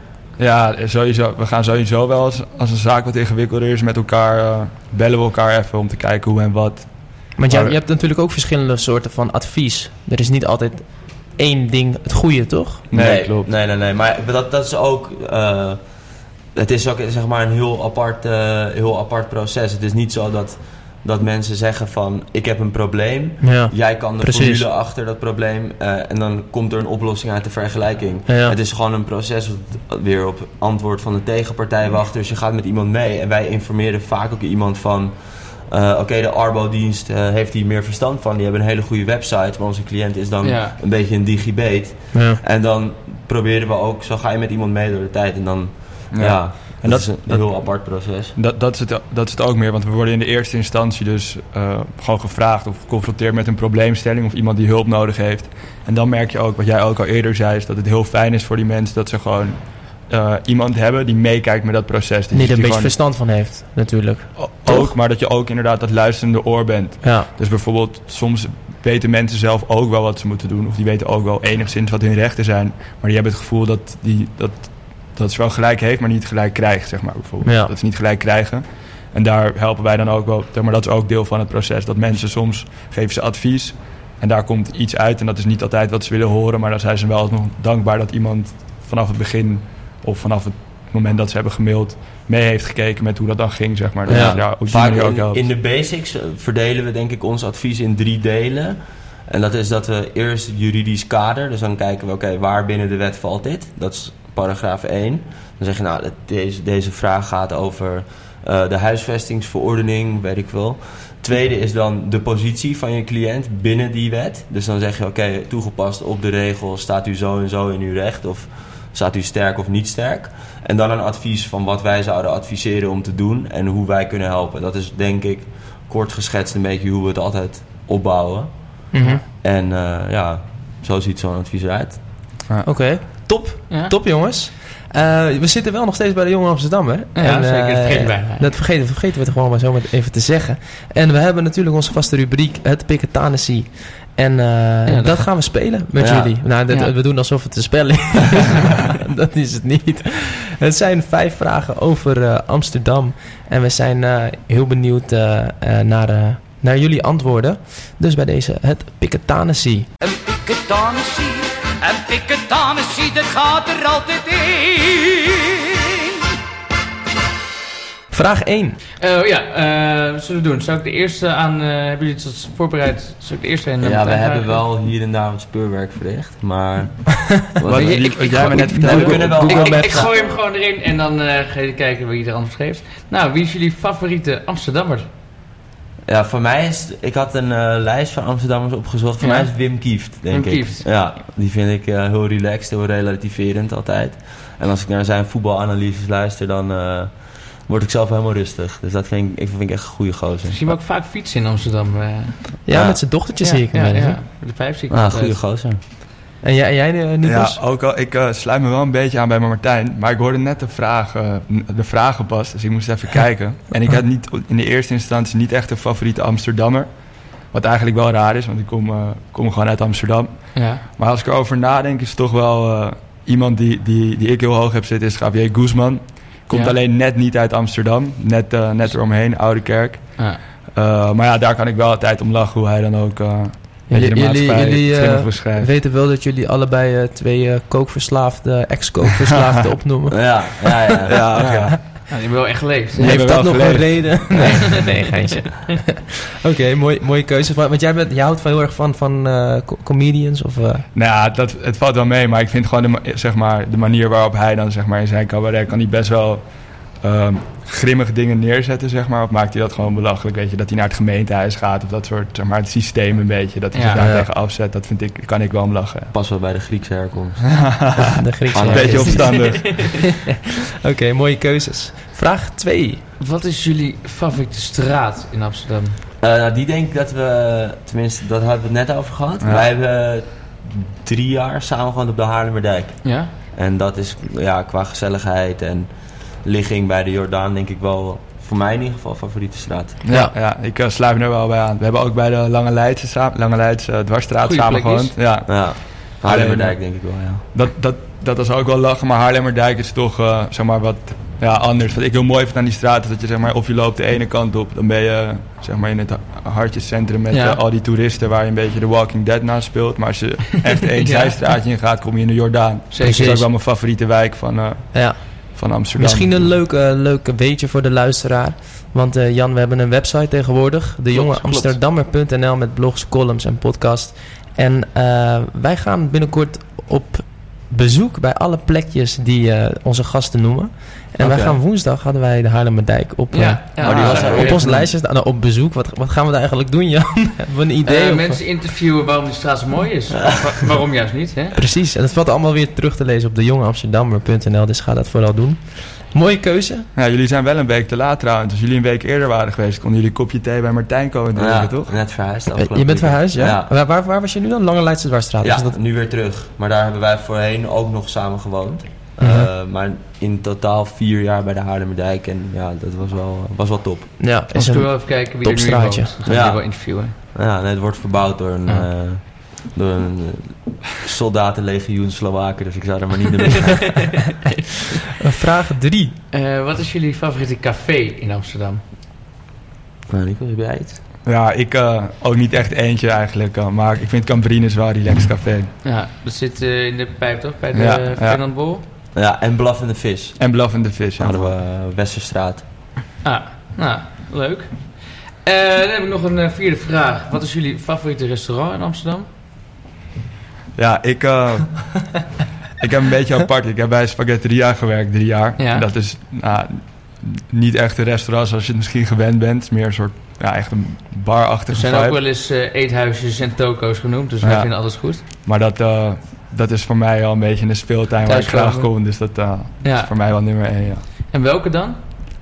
ja, sowieso, we gaan sowieso wel als, als een zaak wat ingewikkelder is met elkaar, uh, bellen we elkaar even om te kijken hoe en wat. Want jij, Maar- je hebt natuurlijk ook verschillende soorten van advies. Er is niet altijd één ding het goede, toch? Nee, klopt. Nee, nee, nee. Maar dat, dat is ook... Uh, het is ook zeg maar een heel apart, uh, heel apart proces. Het is niet zo dat, dat mensen zeggen van... ik heb een probleem. Ja. Jij kan de Precies. formule achter dat probleem. Uh, en dan komt er een oplossing uit de vergelijking. Ja. Het is gewoon een proces wat weer op antwoord van de tegenpartij wacht. Dus je gaat met iemand mee. En wij informeren vaak ook iemand van... Uh, Oké, okay, de Arbo-dienst uh, heeft hier meer verstand van. Die hebben een hele goede website. Maar onze cliënt is dan Ja. een beetje een digibeet. Ja. En dan proberen we ook... Zo ga je met iemand mee door de tijd. En dan... Ja, Ja. en dat, dat- is een dat- heel apart proces. Dat, dat, is het, dat is het ook meer, want we worden in de eerste instantie dus uh, gewoon gevraagd of geconfronteerd met een probleemstelling of iemand die hulp nodig heeft. En dan merk je ook, wat jij ook al eerder zei, is dat het heel fijn is voor die mensen dat ze gewoon uh, iemand hebben die meekijkt met dat proces. Dus Niet die een beetje gewoon- verstand van heeft, natuurlijk. O- Toch? Ook, maar dat je ook inderdaad dat luisterende oor bent. Ja. Dus bijvoorbeeld, soms weten mensen zelf ook wel wat ze moeten doen. Of die weten ook wel enigszins wat hun rechten zijn. Maar die hebben het gevoel dat, die, dat, dat ze wel gelijk heeft, maar niet gelijk krijgt, zeg maar, bijvoorbeeld. Ja. Dat ze niet gelijk krijgen. En daar helpen wij dan ook wel. Maar dat is ook deel van het proces. Dat mensen soms geven ze advies. En daar komt iets uit. En dat is niet altijd wat ze willen horen. Maar dan zijn ze wel alsnog dankbaar dat iemand vanaf het begin... of vanaf het moment dat ze hebben gemaild... mee heeft gekeken met hoe dat dan ging, zeg maar. Dat Ja. ja, ja, op die Vaak manier ook in, helpt. in de basics uh, verdelen we denk ik ons advies in drie delen. En dat is dat we eerst juridisch kader. Dus dan kijken we, oké, okay, waar binnen de wet valt dit? Dat is paragraaf één. Dan zeg je, nou, deze, deze vraag gaat over uh, de huisvestingsverordening, weet ik wel. Tweede is dan de positie van je cliënt binnen die wet. Dus dan zeg je, oké, okay, toegepast op de regel, staat u zo en zo in uw recht? Of staat u sterk of niet sterk? En dan een advies van wat wij zouden adviseren om te doen en hoe wij kunnen helpen. Dat is denk ik kort geschetst een beetje hoe we het altijd opbouwen. Mhm. En uh, ja, zo ziet zo'n advies eruit. Oké, okay. top. Ja. Top, jongens. Uh, we zitten wel nog steeds bij de Jonge Amsterdammer. Ja, en, uh, zeker. Dat vergeten we bijna. Dat vergeten, vergeten we toch gewoon maar zo met even te zeggen. En we hebben natuurlijk onze vaste rubriek, het Piketanessie. En uh, ja, dat, dat gaan we spelen met ja. jullie. Nou, dat, Ja. we doen alsof het een spel is. Dat is het niet. Het zijn vijf vragen over uh, Amsterdam. En we zijn uh, heel benieuwd uh, uh, naar, uh, naar jullie antwoorden. Dus bij deze het Piketanessie. Een Piketanessie, een Piketanessie, dat gaat er altijd in. Vraag één. Uh, ja, uh, wat zullen we doen? Zou ik de eerste aan... Uh, hebben jullie iets voorbereid? Zou ik de eerste aan... uh, Ja, we Martijn hebben vragen? wel hier en daar wat speurwerk verricht, maar... Wat, ik- die- ik- wat ik- jij me net ik- vertelde. we kunnen wel- Ik, Google ik, Maps. ik gooi hem gewoon erin en dan uh, ga je kijken wie er antwoord geeft. Nou, wie is jullie favoriete Amsterdammer? Ja, voor mij is... Ik had een uh, lijst van Amsterdammers opgezocht. Voor Ja. mij is Wim Kieft, denk Wim ik. Kieft. Ja, die vind ik uh, heel relaxed, heel relativerend altijd. En als ik naar zijn voetbalanalyses luister, dan uh, word ik zelf helemaal rustig. Dus dat vind ik, ik vind ik echt een goede gozer. Ik zie hem ook vaak fietsen in Amsterdam. Uh, Ja, Ja. met zijn dochtertje ja, zie ik hem ja, wel eens, ja. hè? De vijf zie ik Ah, altijd. goede gozer. En jij, en jij uh, Nikos? Ja, ook al, ik uh, sluit me wel een beetje aan bij Martijn. Maar ik hoorde net de vraag, uh, de vragen pas. Dus ik moest even kijken. En ik had niet, in de eerste instantie niet echt een favoriete Amsterdammer. Wat eigenlijk wel raar is, want ik kom, uh, kom gewoon uit Amsterdam. Ja. Maar als ik erover nadenk, is het toch wel uh, iemand die, die, die ik heel hoog heb zitten, is Javier Guzman. Komt Ja. alleen net niet uit Amsterdam. Net, uh, net eromheen, Oude Kerk. Ja. Uh, maar ja, daar kan ik wel altijd om lachen hoe hij dan ook uh, beetje de Jullie, maatschappij jullie uh, grimmig beschrijft. weten wel dat jullie allebei uh, twee uh, kookverslaafde, ex-kookverslaafden opnoemen. Ja, ja, ja. Ja, ach, ja. Ja, die hebben wel echt geleefd. Nee, Heeft hebben dat wel nog geleefd. een reden? Nee, nee, nee geintje. Oké, okay, mooi, mooie keuze. Want jij, bent, jij houdt wel heel erg van, van uh, co- comedians? Of, uh... Nou ja, dat, het valt wel mee. Maar ik vind gewoon de, ma- zeg maar, de manier waarop hij dan zeg maar, in zijn cabaret... kan hij best wel um, grimmige dingen neerzetten, zeg maar. Of maakt hij dat gewoon belachelijk? Weet je, dat hij naar het gemeentehuis gaat. Of dat soort, zeg maar, het systeem een beetje. Dat hij Ja, zich daar ja. tegen afzet. Dat vind ik, kan ik wel om lachen. Pas wel bij de Griekse herkomst. de Griekse Ah, Een beetje opstandig. Oké, okay, mooie keuzes. Vraag twee. Wat is jullie favoriete straat in Amsterdam? Uh, nou, die denk ik dat we, tenminste, dat hadden we het net over gehad. Ja. Wij hebben drie jaar samen gewoond op de Haarlemmerdijk. Ja? En dat is ja, qua gezelligheid en ligging bij de Jordaan denk ik wel, voor mij in ieder geval, favoriete straat. Ja, ja, ik uh, sluit me er wel bij aan. We hebben ook bij de Lange Leidse, sa- Lange Leidse uh, dwarsstraat Goeie samen plekjes. gewoond. Ja. Ja, Haarlemmerdijk denk ik wel, ja. Dat, dat, dat was ook wel lachen, maar Haarlemmerdijk is toch uh, zeg maar wat ja, anders. Wat ik heel mooi vind aan die straat is dat je zeg maar, of je loopt de ene kant op, dan ben je zeg maar, in het hartjescentrum met Ja. uh, al die toeristen waar je een beetje The Walking Dead naast speelt. Maar als je echt één Ja. zijstraatje in gaat, kom je in de Jordaan. Zeker. Dus dat is ook wel mijn favoriete wijk van, uh, Ja. van Amsterdam. Misschien een leuk, uh, leuk weetje voor de luisteraar. Want uh, Jan, we hebben een website tegenwoordig. de jonge amsterdammer punt n l met blogs, columns en podcast. En uh, wij gaan binnenkort op bezoek bij alle plekjes die uh, onze gasten noemen. En Oké. wij gaan woensdag, hadden wij de Haarlemmerdijk op, uh, Ja, ja. Oh, die was Ah, er op weer. ons lijstje staan. Nou, op bezoek. Wat, wat gaan we daar eigenlijk doen, Jan? Hebben we een idee? Uh, of- mensen interviewen waarom die straat zo mooi is. Of wa- waarom juist niet, hè? Precies. En dat valt allemaal weer terug te lezen op de jonge amsterdammer punt n l. Dus ga dat vooral doen. Mooie keuze. Ja, jullie zijn wel een week te laat trouwens. Als jullie een week eerder waren geweest, konden jullie een kopje thee bij Martijn komen drinken, Ja, toch? net verhuisd. Uh, afgelopen je bent weekend. verhuisd, ja? Ja, Waar, waar, waar was je nu dan? Lange Leidse Dwarsstraat. ja Is dat... nu weer terug. Maar daar hebben wij voorheen ook nog samen gewoond. Uh-huh. Uh, maar in totaal vier jaar bij de Haarlemmerdijk. En ja, dat was wel, was wel top. Ja, Als is we een... wel even kijken wie er nu woont. topstraatje. Dan gaan we Ja. die wel interviewen. Ja, nee, het wordt verbouwd door een, Ja. uh, door een uh, soldatenlegioen Slowaken. Dus ik zou er maar niet naar binnen gaan. Vraag drie. Uh, wat is jullie favoriete café in Amsterdam? Nou, Nico, heb jij iets? Ja, ik uh, ook niet echt eentje eigenlijk. Uh, maar ik vind Cambrines wel een relaxed café. Ja, dat zit uh, in de pijp toch? Bij de Ja, uh, ja. Fernand Bol? Ja, en Blaffende Vis. En Blaffende Vis, ja. Hadden we uh, Westerstraat. Ah, nou, leuk. Uh, dan heb ik nog een uh, vierde vraag. Wat is jullie favoriete restaurant in Amsterdam? Ja, ik, uh, ik heb een beetje apart. Ik heb bij Spaghetteria gewerkt drie jaar. Ja. En dat is nou, niet echt een restaurant zoals je het misschien gewend bent. Het is meer een soort, ja, echt een Er barachtige zijn vibe. ook wel eens uh, eethuisjes en toko's genoemd, dus wij Ja. vinden alles goed. Maar dat, uh, dat is voor mij al een beetje een speeltuin waar ik Thuiskomen. graag kom. Dus dat uh, Ja. is voor mij wel nummer één, ja. En welke dan?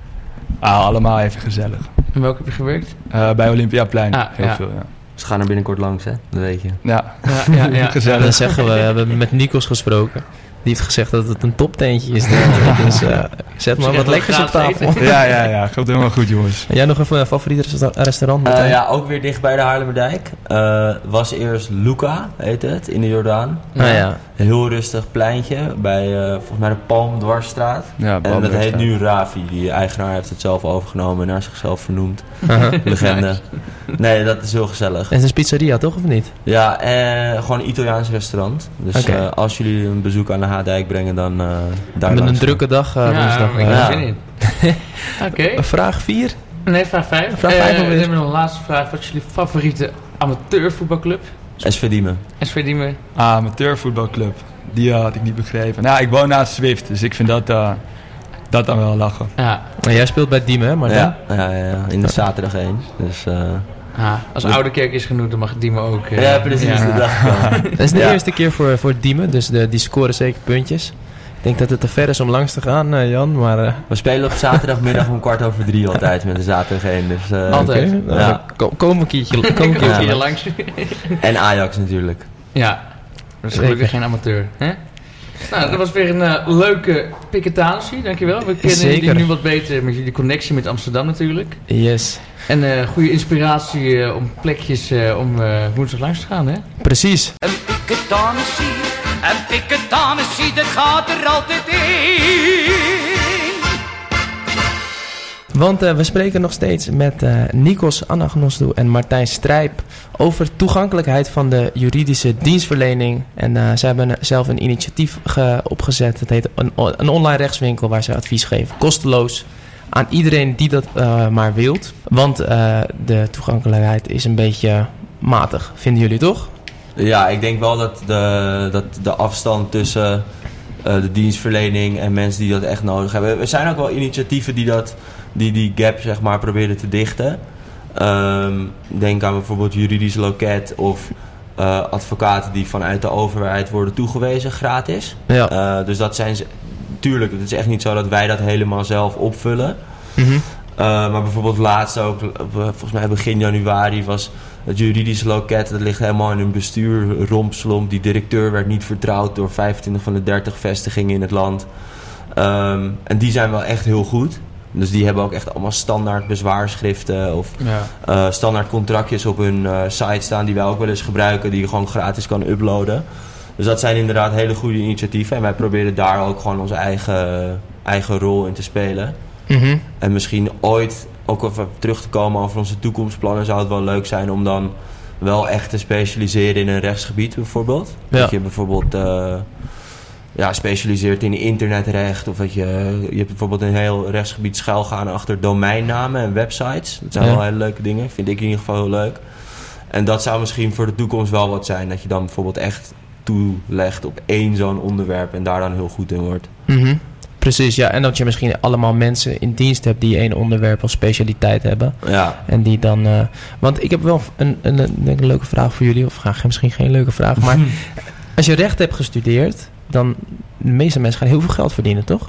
Ah, allemaal even gezellig. En welke heb je gewerkt? Uh, bij Olympiaplein, Ah, heel ja. veel, ja. Ze gaan er binnenkort langs, hè? Dat weet je. Ja, Ja, ja, ja. gezellig. Dat zeggen we. We hebben met Nikos gesproken. Die heeft gezegd dat het een topteentje is. Dus uh, zet maar wat lekkers op tafel. Ja, ja, ja. Gaat helemaal goed, jongens. En jij nog even een favoriet resta- restaurant? Uh, Martijn? ja, ook weer dicht bij de Haarlemmerdijk. Uh, was eerst Luca, heet het, in de Jordaan. Nou ja. Een heel rustig pleintje bij uh, volgens mij de Palmdwarsstraat. Ja, En dat Balmdwarsstraat. heet nu Ravi. Die eigenaar heeft het zelf overgenomen en naar zichzelf vernoemd. Uh-huh. Legende. Nee, dat is heel gezellig. Het is een pizzeria, toch? Of niet? Ja, eh, gewoon een Italiaans restaurant. Dus Oké. uh, als jullie een bezoek aan de Haardijk brengen, dan uh, daar Met een langs. drukke dag. Uh, Ja, woensdag, ik heb uh, er ja. zin in. Oké. Vraag vier. Nee, vraag vijf. Vraag vijf Eh, alweer. we hebben nog een laatste vraag. Wat is jullie favoriete amateurvoetbalclub? S V Diemen. S V Diemen. Ah, amateurvoetbalclub. Die uh, had ik niet begrepen. Nou, ik woon naast Zwift, dus ik vind dat, uh, dat dan wel lachen. Ja. Nou, jij speelt bij Diemen, hè, Martijn? Ja, ja, ja, ja, in de zaterdag eens. Dus, uh, Ah, als Oude Kerk is genoemd, dan mag Diemen ook. eh, ja, precies. ja. Dat dacht ik wel. Dat is de Ja. eerste keer voor, voor Diemen, dus de, die scoren zeker puntjes. Ik denk dat het te ver is om langs te gaan, uh, Jan, maar... Uh, We spelen op zaterdagmiddag om kwart over drie altijd met de zaterdag één. Dus, uh, Altijd. oké, nou, Ja. Kom, kom een keertje, kom een Kom keertje hier langs. langs. En Ajax natuurlijk. Ja, dat is Zeker. gelukkig geen amateur. Hè? Nou, dat was weer een uh, leuke piketanissie, dankjewel. We kennen Zeker. jullie nu wat beter met jullie connectie met Amsterdam natuurlijk. Yes, En uh, goede inspiratie uh, om plekjes uh, om uh, woensdag langs te gaan, hè? precies. Een piketanissie, een piketanissie, dat gaat er altijd in. Want uh, we spreken nog steeds met uh, Nikos Anagnostou en Martijn Strijp over toegankelijkheid van de juridische dienstverlening. En uh, ze hebben zelf een initiatief ge- opgezet. Het heet een, een online rechtswinkel waar ze advies geven. Kosteloos aan iedereen die dat uh, maar wilt. Want uh, de toegankelijkheid is een beetje matig, vinden jullie toch? Ja, ik denk wel dat de, dat de afstand tussen uh, de dienstverlening en mensen die dat echt nodig hebben. Er zijn ook wel initiatieven die dat, die, die gap zeg maar proberen te dichten. Um, denk aan bijvoorbeeld juridisch loket of uh, advocaten die vanuit de overheid worden toegewezen gratis. Ja. Uh, dus dat zijn ze. Tuurlijk, het is echt niet zo dat wij dat helemaal zelf opvullen. Mm-hmm. Uh, maar bijvoorbeeld laatst ook, volgens mij begin januari was het juridische loket, dat ligt helemaal in een bestuur, rompslomp. Die directeur werd niet vertrouwd door vijfentwintig van de dertig vestigingen in het land. Um, en die zijn wel echt heel goed. Dus die hebben ook echt allemaal standaard bezwaarschriften of Ja. uh, standaard contractjes op hun uh, site staan die wij ook wel eens gebruiken, die je gewoon gratis kan uploaden. Dus dat zijn inderdaad hele goede initiatieven en wij proberen daar ook gewoon onze eigen, eigen rol in te spelen. Mm-hmm. En misschien ooit ook even terug te komen over onze toekomstplannen, zou het wel leuk zijn om dan wel echt te specialiseren in een rechtsgebied bijvoorbeeld. Ja. Dat je bijvoorbeeld uh, ja, specialiseert in internetrecht of dat je, je hebt bijvoorbeeld een heel rechtsgebied schuilgaan achter domeinnamen en websites. Dat zijn Ja. wel hele leuke dingen, vind ik in ieder geval heel leuk. En dat zou misschien voor de toekomst wel wat zijn, dat je dan bijvoorbeeld echt toelegt op één zo'n onderwerp en daar dan heel goed in wordt. Mm-hmm. Precies, ja. En dat je misschien allemaal mensen in dienst hebt die één onderwerp als specialiteit hebben. Ja. En die dan... Uh, want ik heb wel een, een, een, denk een leuke vraag voor jullie. Of graag, misschien geen leuke vraag. Maar als je recht hebt gestudeerd, dan de meeste mensen gaan heel veel geld verdienen, toch?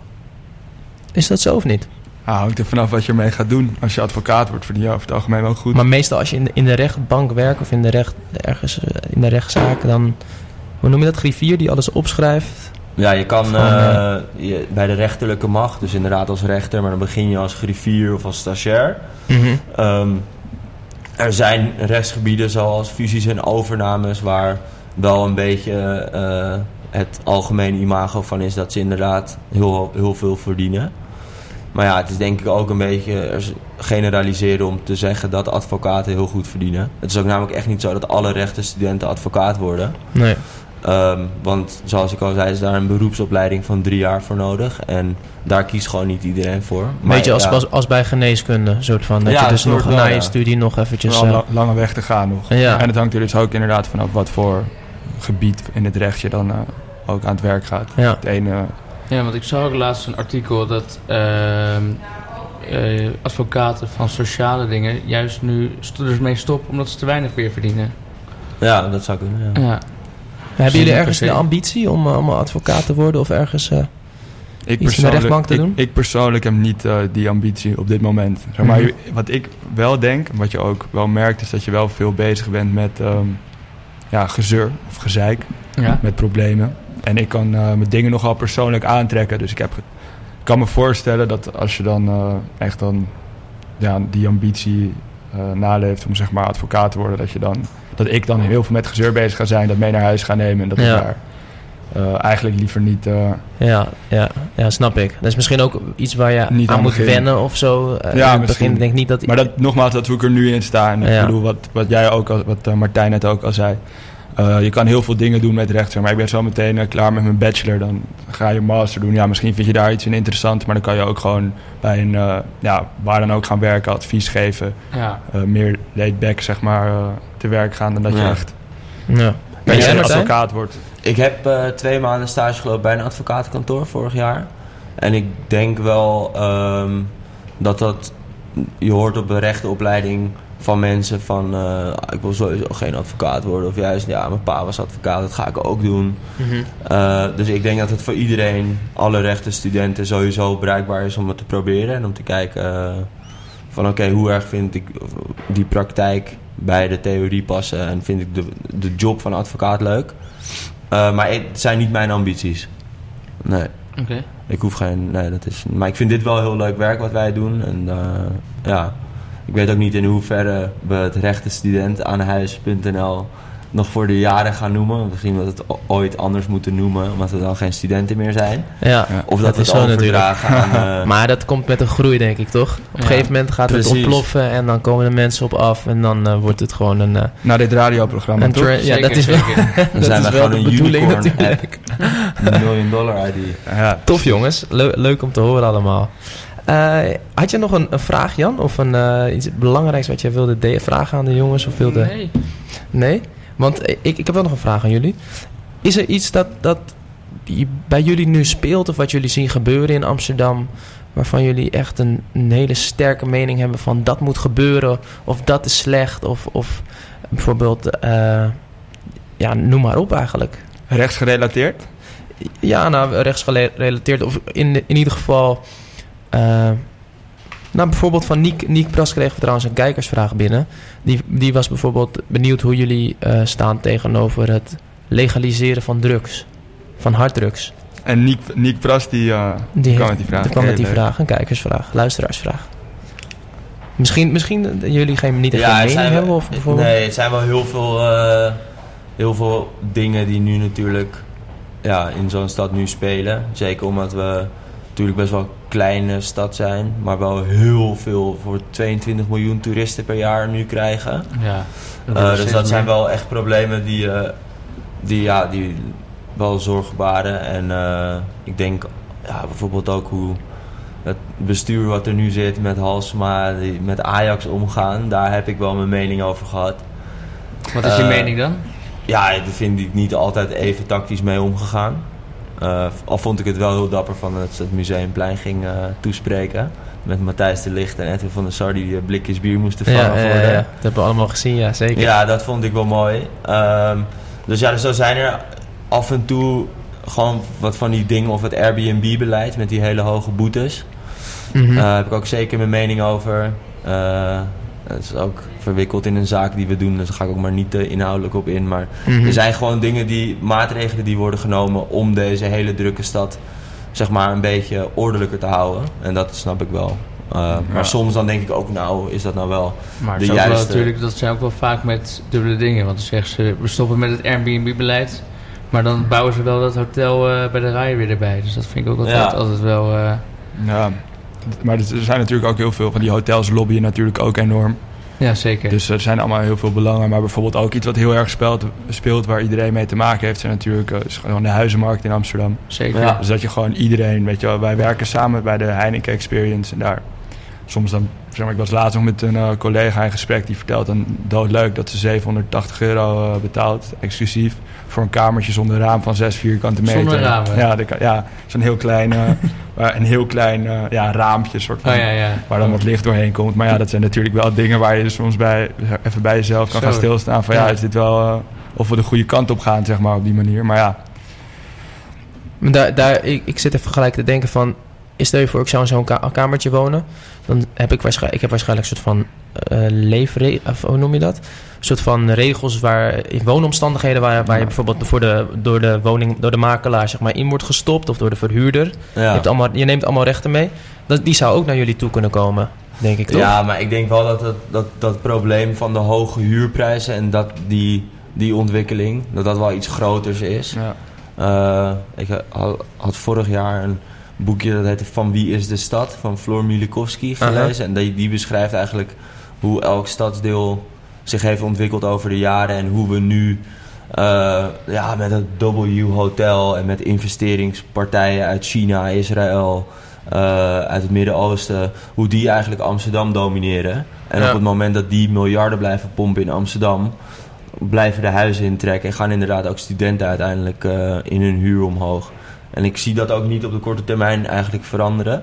Is dat zo of niet? Ah, hangt er vanaf wat je ermee gaat doen. Als je advocaat wordt, verdien je over het algemeen wel goed. Maar meestal als je in de, in de rechtbank werkt of in de, recht, ergens, uh, in de rechtszaak, dan... Hoe noem je dat? Griffier die alles opschrijft? Ja, je kan Van, uh, je, bij de rechterlijke macht, dus inderdaad als rechter, maar dan begin je als griffier of als stagiair. Mm-hmm. Um, er zijn rechtsgebieden zoals fusies en overnames waar wel een beetje uh, het algemene imago van is dat ze inderdaad heel, heel veel verdienen. Maar ja, het is denk ik ook een beetje generaliseren om te zeggen dat advocaten heel goed verdienen. Het is ook namelijk echt niet zo dat alle rechtenstudenten advocaat worden. Nee. Um, want zoals ik al zei, is daar een beroepsopleiding van drie jaar voor nodig. En daar kiest gewoon niet iedereen voor. Maar Beetje als, ja, als, als bij geneeskunde, soort van. Dat Ja, je dus soort nog wel, na je ja. studie nog eventjes... wel Uh, een la- lange weg te gaan nog. Ja. En het hangt er dus ook inderdaad vanaf wat voor gebied in het recht je dan uh, ook aan het werk gaat. Ja. Het ene, Ja, want ik zag ook laatst een artikel dat uh, uh, advocaten van sociale dingen juist nu st- dus mee stoppen omdat ze te weinig weer verdienen. ja, dat zou kunnen. Ja. Ja. hebben jullie Zonder ergens per de se. ambitie om, uh, om advocaat te worden of ergens... Uh, ik, Iets in de rechtbank te ik, doen? ik persoonlijk heb niet uh, die ambitie op dit moment. Zeg maar, Mhm. je- wat ik wel denk, wat je ook wel merkt, is dat je wel veel bezig bent met um, ja, gezeur of gezeik, Ja. met problemen. En ik kan uh, mijn dingen nogal persoonlijk aantrekken. Dus ik heb, ge- kan me voorstellen dat als je dan uh, echt dan ja, die ambitie uh, naleeft om zeg maar advocaat te worden, dat je dan dat ik dan heel veel met gezeur bezig ga zijn, dat mee naar huis ga nemen en dat Ja. ik daar uh, eigenlijk liever niet. Uh, ja, ja, ja, snap ik. Dat is misschien ook iets waar je Niet aan aan moet beginnen. wennen of zo. Uh, Ja, in het misschien. begin denk ik niet dat... Maar dat, nogmaals, dat hoe ik er nu in sta. En Ja. ik bedoel, wat, wat jij ook al, wat uh, Martijn net ook al zei. Uh, je kan heel veel dingen doen met recht. Zeg maar ik ben zo meteen uh, klaar met mijn bachelor. Dan ga je master doen. Ja, misschien vind je daar iets in interessant. Maar dan kan je ook gewoon bij een, uh, ja, waar dan ook gaan werken, advies geven. Ja. Uh, meer laid back, zeg maar, uh, te werk gaan dan dat je Ja. echt Ja. dat Ben je jij, een Martijn? advocaat wordt. Ik heb uh, twee maanden stage gelopen bij een advocatenkantoor vorig jaar. En ik denk wel um, dat dat... Je hoort op een rechtenopleiding van mensen van... Uh, ik wil sowieso geen advocaat worden. Of juist, ja, mijn pa was advocaat, dat ga ik ook doen. Mhm. Uh, dus ik denk dat het voor iedereen, alle rechtenstudenten, sowieso bereikbaar is om het te proberen. En om te kijken uh, van oké, okay, hoe erg vind ik die praktijk bij de theorie passen. En vind ik de, de job van advocaat leuk. Uh, maar het zijn niet mijn ambities. Nee. Oké. Okay. Ik hoef geen... Nee, dat is... Maar ik vind dit wel heel leuk werk wat wij doen. En uh, ja... Ik weet ook niet in hoeverre we het rechtenstudent aan huis punt n l nog voor de jaren gaan noemen. Misschien dat we het ooit anders moeten noemen, omdat we dan geen studenten meer zijn. Ja, Ja. Of dat, dat we het overdragen aan... Uh... Maar dat komt met een groei, denk ik, toch? Op een Ja. gegeven moment gaat Precies. het ontploffen en dan komen de mensen op af en dan uh, wordt het gewoon een... Uh, Naar dit radioprogramma, een toch? tra- ja, Zeker, dat is wel, zeker. Dan dat zijn is we wel gewoon de een bedoeling unicorn natuurlijk. app. Een million dollar idee. Ja. Tof jongens, Le- leuk om te horen allemaal. Uh, had je nog een, een vraag, Jan? Of een, uh, iets belangrijks wat jij wilde de- vragen aan de jongens? Of wilde... Nee. Nee? Want ik, ik heb wel nog een vraag aan jullie. Is er iets dat, dat die bij jullie nu speelt of wat jullie zien gebeuren in Amsterdam, waarvan jullie echt een, een hele sterke mening hebben van dat moet gebeuren of dat is slecht of, of bijvoorbeeld, uh, ja, noem maar op eigenlijk. Rechtsgerelateerd? Ja, nou, rechtsgerelateerd of in, in ieder geval... Uh, nou, bijvoorbeeld van Niek, Niek Pras kregen we trouwens een kijkersvraag binnen. Die, die was bijvoorbeeld benieuwd hoe jullie uh, staan tegenover het legaliseren van drugs. Van harddrugs. En Niek, Niek Pras die, uh, Die kwam heeft, met die vraag. die kwam met die Leuk. vraag, een kijkersvraag, luisteraarsvraag. Misschien, misschien uh, jullie geen, niet echt Ja, geen er mening zijn hebben? wel- Of bijvoorbeeld? Nee, het zijn wel heel veel, uh, heel veel dingen die nu natuurlijk ja, in zo'n stad nu spelen. Zeker omdat we natuurlijk best wel een kleine stad zijn, maar wel heel veel voor tweeëntwintig miljoen toeristen per jaar nu krijgen. Ja. Uh, dus dat zijn wel echt problemen die, uh, die, ja, die wel zorgen baren. En uh, ik denk ja, bijvoorbeeld ook hoe het bestuur wat er nu zit met Halsema, die met Ajax omgaan, daar heb ik wel mijn mening over gehad. Wat is je Uh, mening dan? Ja, daar vind ik niet altijd even tactisch mee omgegaan. Uh, al vond ik het wel heel dapper van dat ze het Museumplein ging uh, toespreken. Met Matthijs de Ligt en Edwin van der Sar die uh, blikjes bier moesten Ja, vangen ja, voor ja, de... ja, dat hebben we allemaal gezien, ja, zeker. Ja, dat vond ik wel mooi. Um, dus ja, dus zo zijn er af en toe gewoon wat van die dingen of het Airbnb-beleid met die hele hoge boetes. Mhm. Daar uh, heb ik ook zeker mijn mening over. Uh, dat is ook verwikkeld in een zaak die we doen, dus daar ga ik ook maar niet uh, inhoudelijk op in. Maar Mhm. er zijn gewoon dingen die, maatregelen die worden genomen om deze hele drukke stad zeg maar een beetje ordelijker te houden. En dat snap ik wel. Uh, Ja. Maar soms dan denk ik ook, nou, is dat nou wel Maar de het is ook wel juiste... natuurlijk, dat zijn ook wel vaak met dubbele dingen. Want dan zeggen ze, we stoppen met het Airbnb-beleid. Maar dan bouwen ze wel dat hotel uh, bij de Rai weer erbij. Dus dat vind ik ook altijd, Ja. altijd wel... Uh, Ja, maar er zijn natuurlijk ook heel veel van die hotels lobbyen natuurlijk ook enorm. ja, zeker. Dus er zijn allemaal heel veel belangen. Maar bijvoorbeeld ook iets wat heel erg speelt, speelt waar iedereen mee te maken heeft, zijn natuurlijk uh, is gewoon de huizenmarkt in Amsterdam. zeker. Ja. Dus dat je gewoon iedereen, weet je wel, wij werken samen bij de Heineken Experience en daar soms dan, zeg maar, ik was laatst nog met een uh, collega in gesprek die vertelt dan doodleuk dat ze zevenhonderdtachtig euro uh, betaalt, exclusief, voor een kamertje zonder raam van zes vierkante meter. Zonder ramen? Ja, de, ja zo'n heel klein, uh, waar een heel klein uh, ja, raampje soort van. Oh ja, ja. Waar dan wat licht doorheen komt. Maar ja, dat zijn natuurlijk wel dingen waar je soms bij, even bij jezelf kan Zo. gaan stilstaan. Van ja, Ja. is dit wel... Uh, of we de goede kant op gaan, zeg maar, op die manier. Maar ja, Maar daar, daar, ik, ik zit even gelijk te denken van, stel je voor ik zou in zo'n ka- kamertje wonen, dan heb ik waarschijnlijk, ik heb waarschijnlijk een soort van uh, leefre, of hoe noem je dat? Een soort van regels waar in woonomstandigheden waar, waar je bijvoorbeeld voor de, door de woning, door de makelaar zeg maar in wordt gestopt of door de verhuurder. Je, Ja. hebt allemaal, je neemt allemaal rechten mee. Dat, die zou ook naar jullie toe kunnen komen, denk ik, toch? Ja, maar ik denk wel dat het, dat, dat probleem van de hoge huurprijzen en dat die, die ontwikkeling, dat dat wel iets groters is. ja. Uh, ik ha- had vorig jaar een boekje dat heette Van Wie is de Stad? Van Floor Milikowski gelezen. Aha. En die, die beschrijft eigenlijk hoe elk stadsdeel zich heeft ontwikkeld over de jaren en hoe we nu uh, ja, met het W Hotel en met investeringspartijen uit China, Israël, uh, uit het Midden-Oosten, hoe die eigenlijk Amsterdam domineren. En Ja. op het moment dat die miljarden blijven pompen in Amsterdam, blijven de huizen intrekken en gaan inderdaad ook studenten uiteindelijk uh, in hun huur omhoog. En ik zie dat ook niet op de korte termijn eigenlijk veranderen.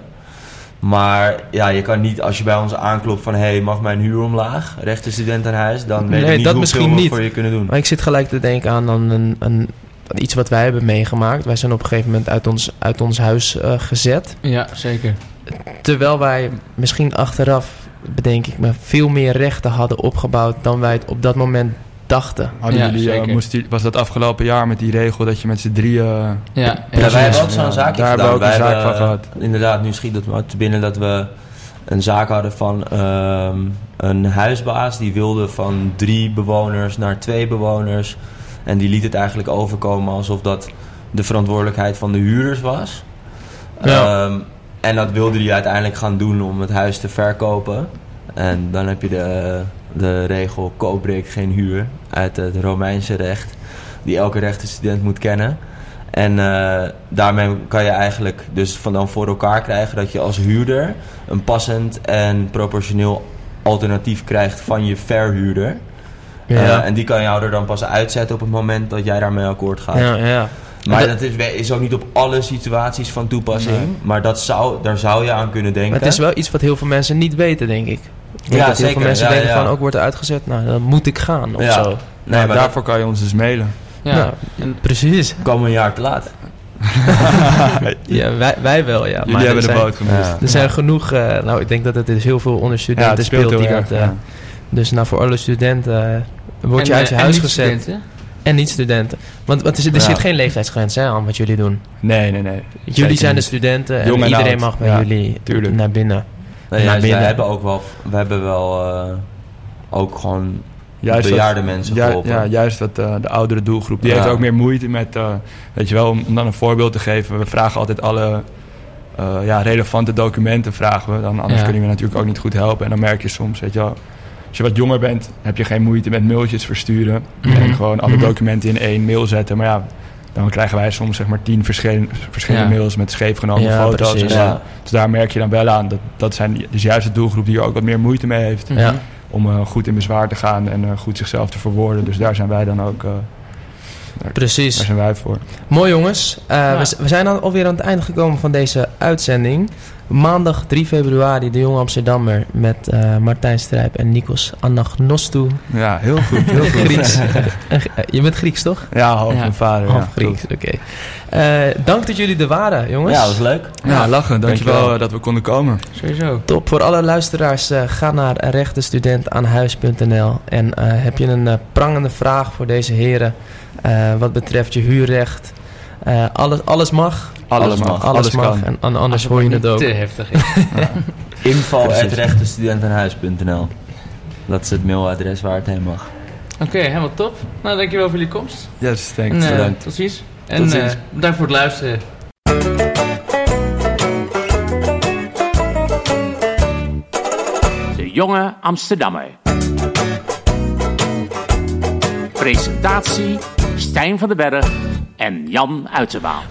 Maar ja, je kan niet, als je bij ons aanklopt van, hé, hey, mag mijn huur omlaag? Rechter student aan huis, dan weet Nee, je niet dat hoeveel misschien we niet. voor je kunnen doen. Maar ik zit gelijk te denken aan dan een, een, iets wat wij hebben meegemaakt. Wij zijn op een gegeven moment uit ons, uit ons huis uh, gezet. Ja, zeker. Terwijl wij misschien achteraf, bedenk ik me, veel meer rechten hadden opgebouwd dan wij het op dat moment dachten. Hadden Ja, jullie, uh, zeker. moest die, was dat afgelopen jaar met die regel dat je met z'n drieën... Uh, Ja, Ja, wij hebben ook zo'n Ja, zaakje daar hebben gedaan. we ook een Wij zaak hebben, van gehad. Inderdaad, nu schiet het me te binnen dat we een zaak hadden van uh, een huisbaas die wilde van drie bewoners naar twee bewoners. En die liet het eigenlijk overkomen alsof dat de verantwoordelijkheid van de huurders was. Ja. Um, en dat wilde hij uiteindelijk gaan doen om het huis te verkopen. En dan heb je de, de regel koopbreek geen huur uit het Romeinse recht. Die elke rechtenstudent moet kennen. En uh, daarmee kan je eigenlijk dus van dan voor elkaar krijgen dat je als huurder een passend en proportioneel alternatief krijgt van je verhuurder. Ja. Uh, en die kan jou er dan pas uitzetten op het moment dat jij daarmee akkoord gaat. Ja, ja. Maar dat, dat is, is ook niet op alle situaties van toepassing. Nee. Maar dat zou, daar zou je aan kunnen denken. Maar het is wel iets wat heel veel mensen niet weten, denk ik. Ik denk ja, dat heel zeker. veel mensen ja, denken ja. van ook wordt er uitgezet. Nou, dan moet ik gaan of ja. zo. Nee, nou, maar daarvoor kan je ons dus mailen. Ja, nou, en precies. Komen een jaar te laat. ja, wij, wij wel, ja. Jullie maar hebben zijn, de boot gemist. Ja. Er zijn genoeg... Uh, nou, ik denk dat het dus heel veel onder studenten ja, speelt. speelt Die erg, dat, uh, ja. Dus nou, voor alle studenten uh, word je en, uit je uh, huis en gezet. Studenten? En niet-studenten. Want, want er, zit, er ja. zit geen leeftijdsgrens hè, aan wat jullie doen. Nee, nee, nee. Jullie Zeker zijn niet. de studenten en, Jong en iedereen oud. mag bij Ja, jullie tuurlijk. naar binnen. Nee, naar ja, binnen. wij hebben ook wel, we hebben wel uh, ook gewoon Juist bejaarde dat, mensen ju- geholpen. Ja, juist dat, uh, de oudere doelgroep. Die Ja. heeft ook meer moeite met, uh, weet je wel, om, om dan een voorbeeld te geven. We vragen altijd alle uh, ja, relevante documenten, vragen we. Dan, anders Ja. kunnen we natuurlijk ook niet goed helpen. En dan merk je soms, weet je wel, als je wat jonger bent, heb je geen moeite met mailtjes versturen. Mhm. En gewoon alle Mhm. documenten in één mail zetten. Maar ja, dan krijgen wij soms zeg maar tien verschillende, verschillende Ja. mails met scheef genomen Ja, foto's. precies. En, Ja. Dus daar merk je dan wel aan. Dat, dat zijn dus juist de doelgroep die er ook wat meer moeite mee heeft. Mhm. Ja. Om uh, goed in bezwaar te gaan en uh, goed zichzelf te verwoorden. Dus daar zijn wij dan ook uh, daar, Precies. daar zijn wij voor. Mooi jongens. Uh, Ja. we, we zijn al- alweer aan het einde gekomen van deze uitzending. Maandag drie februari, de Jonge Amsterdammer met uh, Martijn Strijp en Nikos Anagnostou. Ja, heel goed. Heel goed. Grieks. Je bent Grieks, toch? Ja, half Ja. mijn vader. Half ja, Grieks, oké. Okay. Uh, dank dat jullie er waren, jongens. Ja, dat was leuk. Ja, ja, lachen. Dankjewel, Dankjewel uh, dat we konden komen. Sowieso. Top. Voor alle luisteraars, uh, ga naar rechtenstudentaanhuis punt n l. En uh, heb je een uh, prangende vraag voor deze heren uh, wat betreft je huurrecht? Uh, alles, alles mag. Alles mag. Alles, Alles mag. kan. En, en anders Als hoor je maar het niet ook. te heftig is. info at Precies. rechtenstudentenhuis punt n l. Dat is het mailadres waar het heen mag. Oké, okay, helemaal top. Nou, dankjewel voor jullie komst. Yes, En, thanks. uh, Bedankt. tot ziens. En Tot uh, ziens. bedankt voor het luisteren. De Jonge Amsterdammer. Presentatie Stijn van den Berg en Jan Uiterwaal.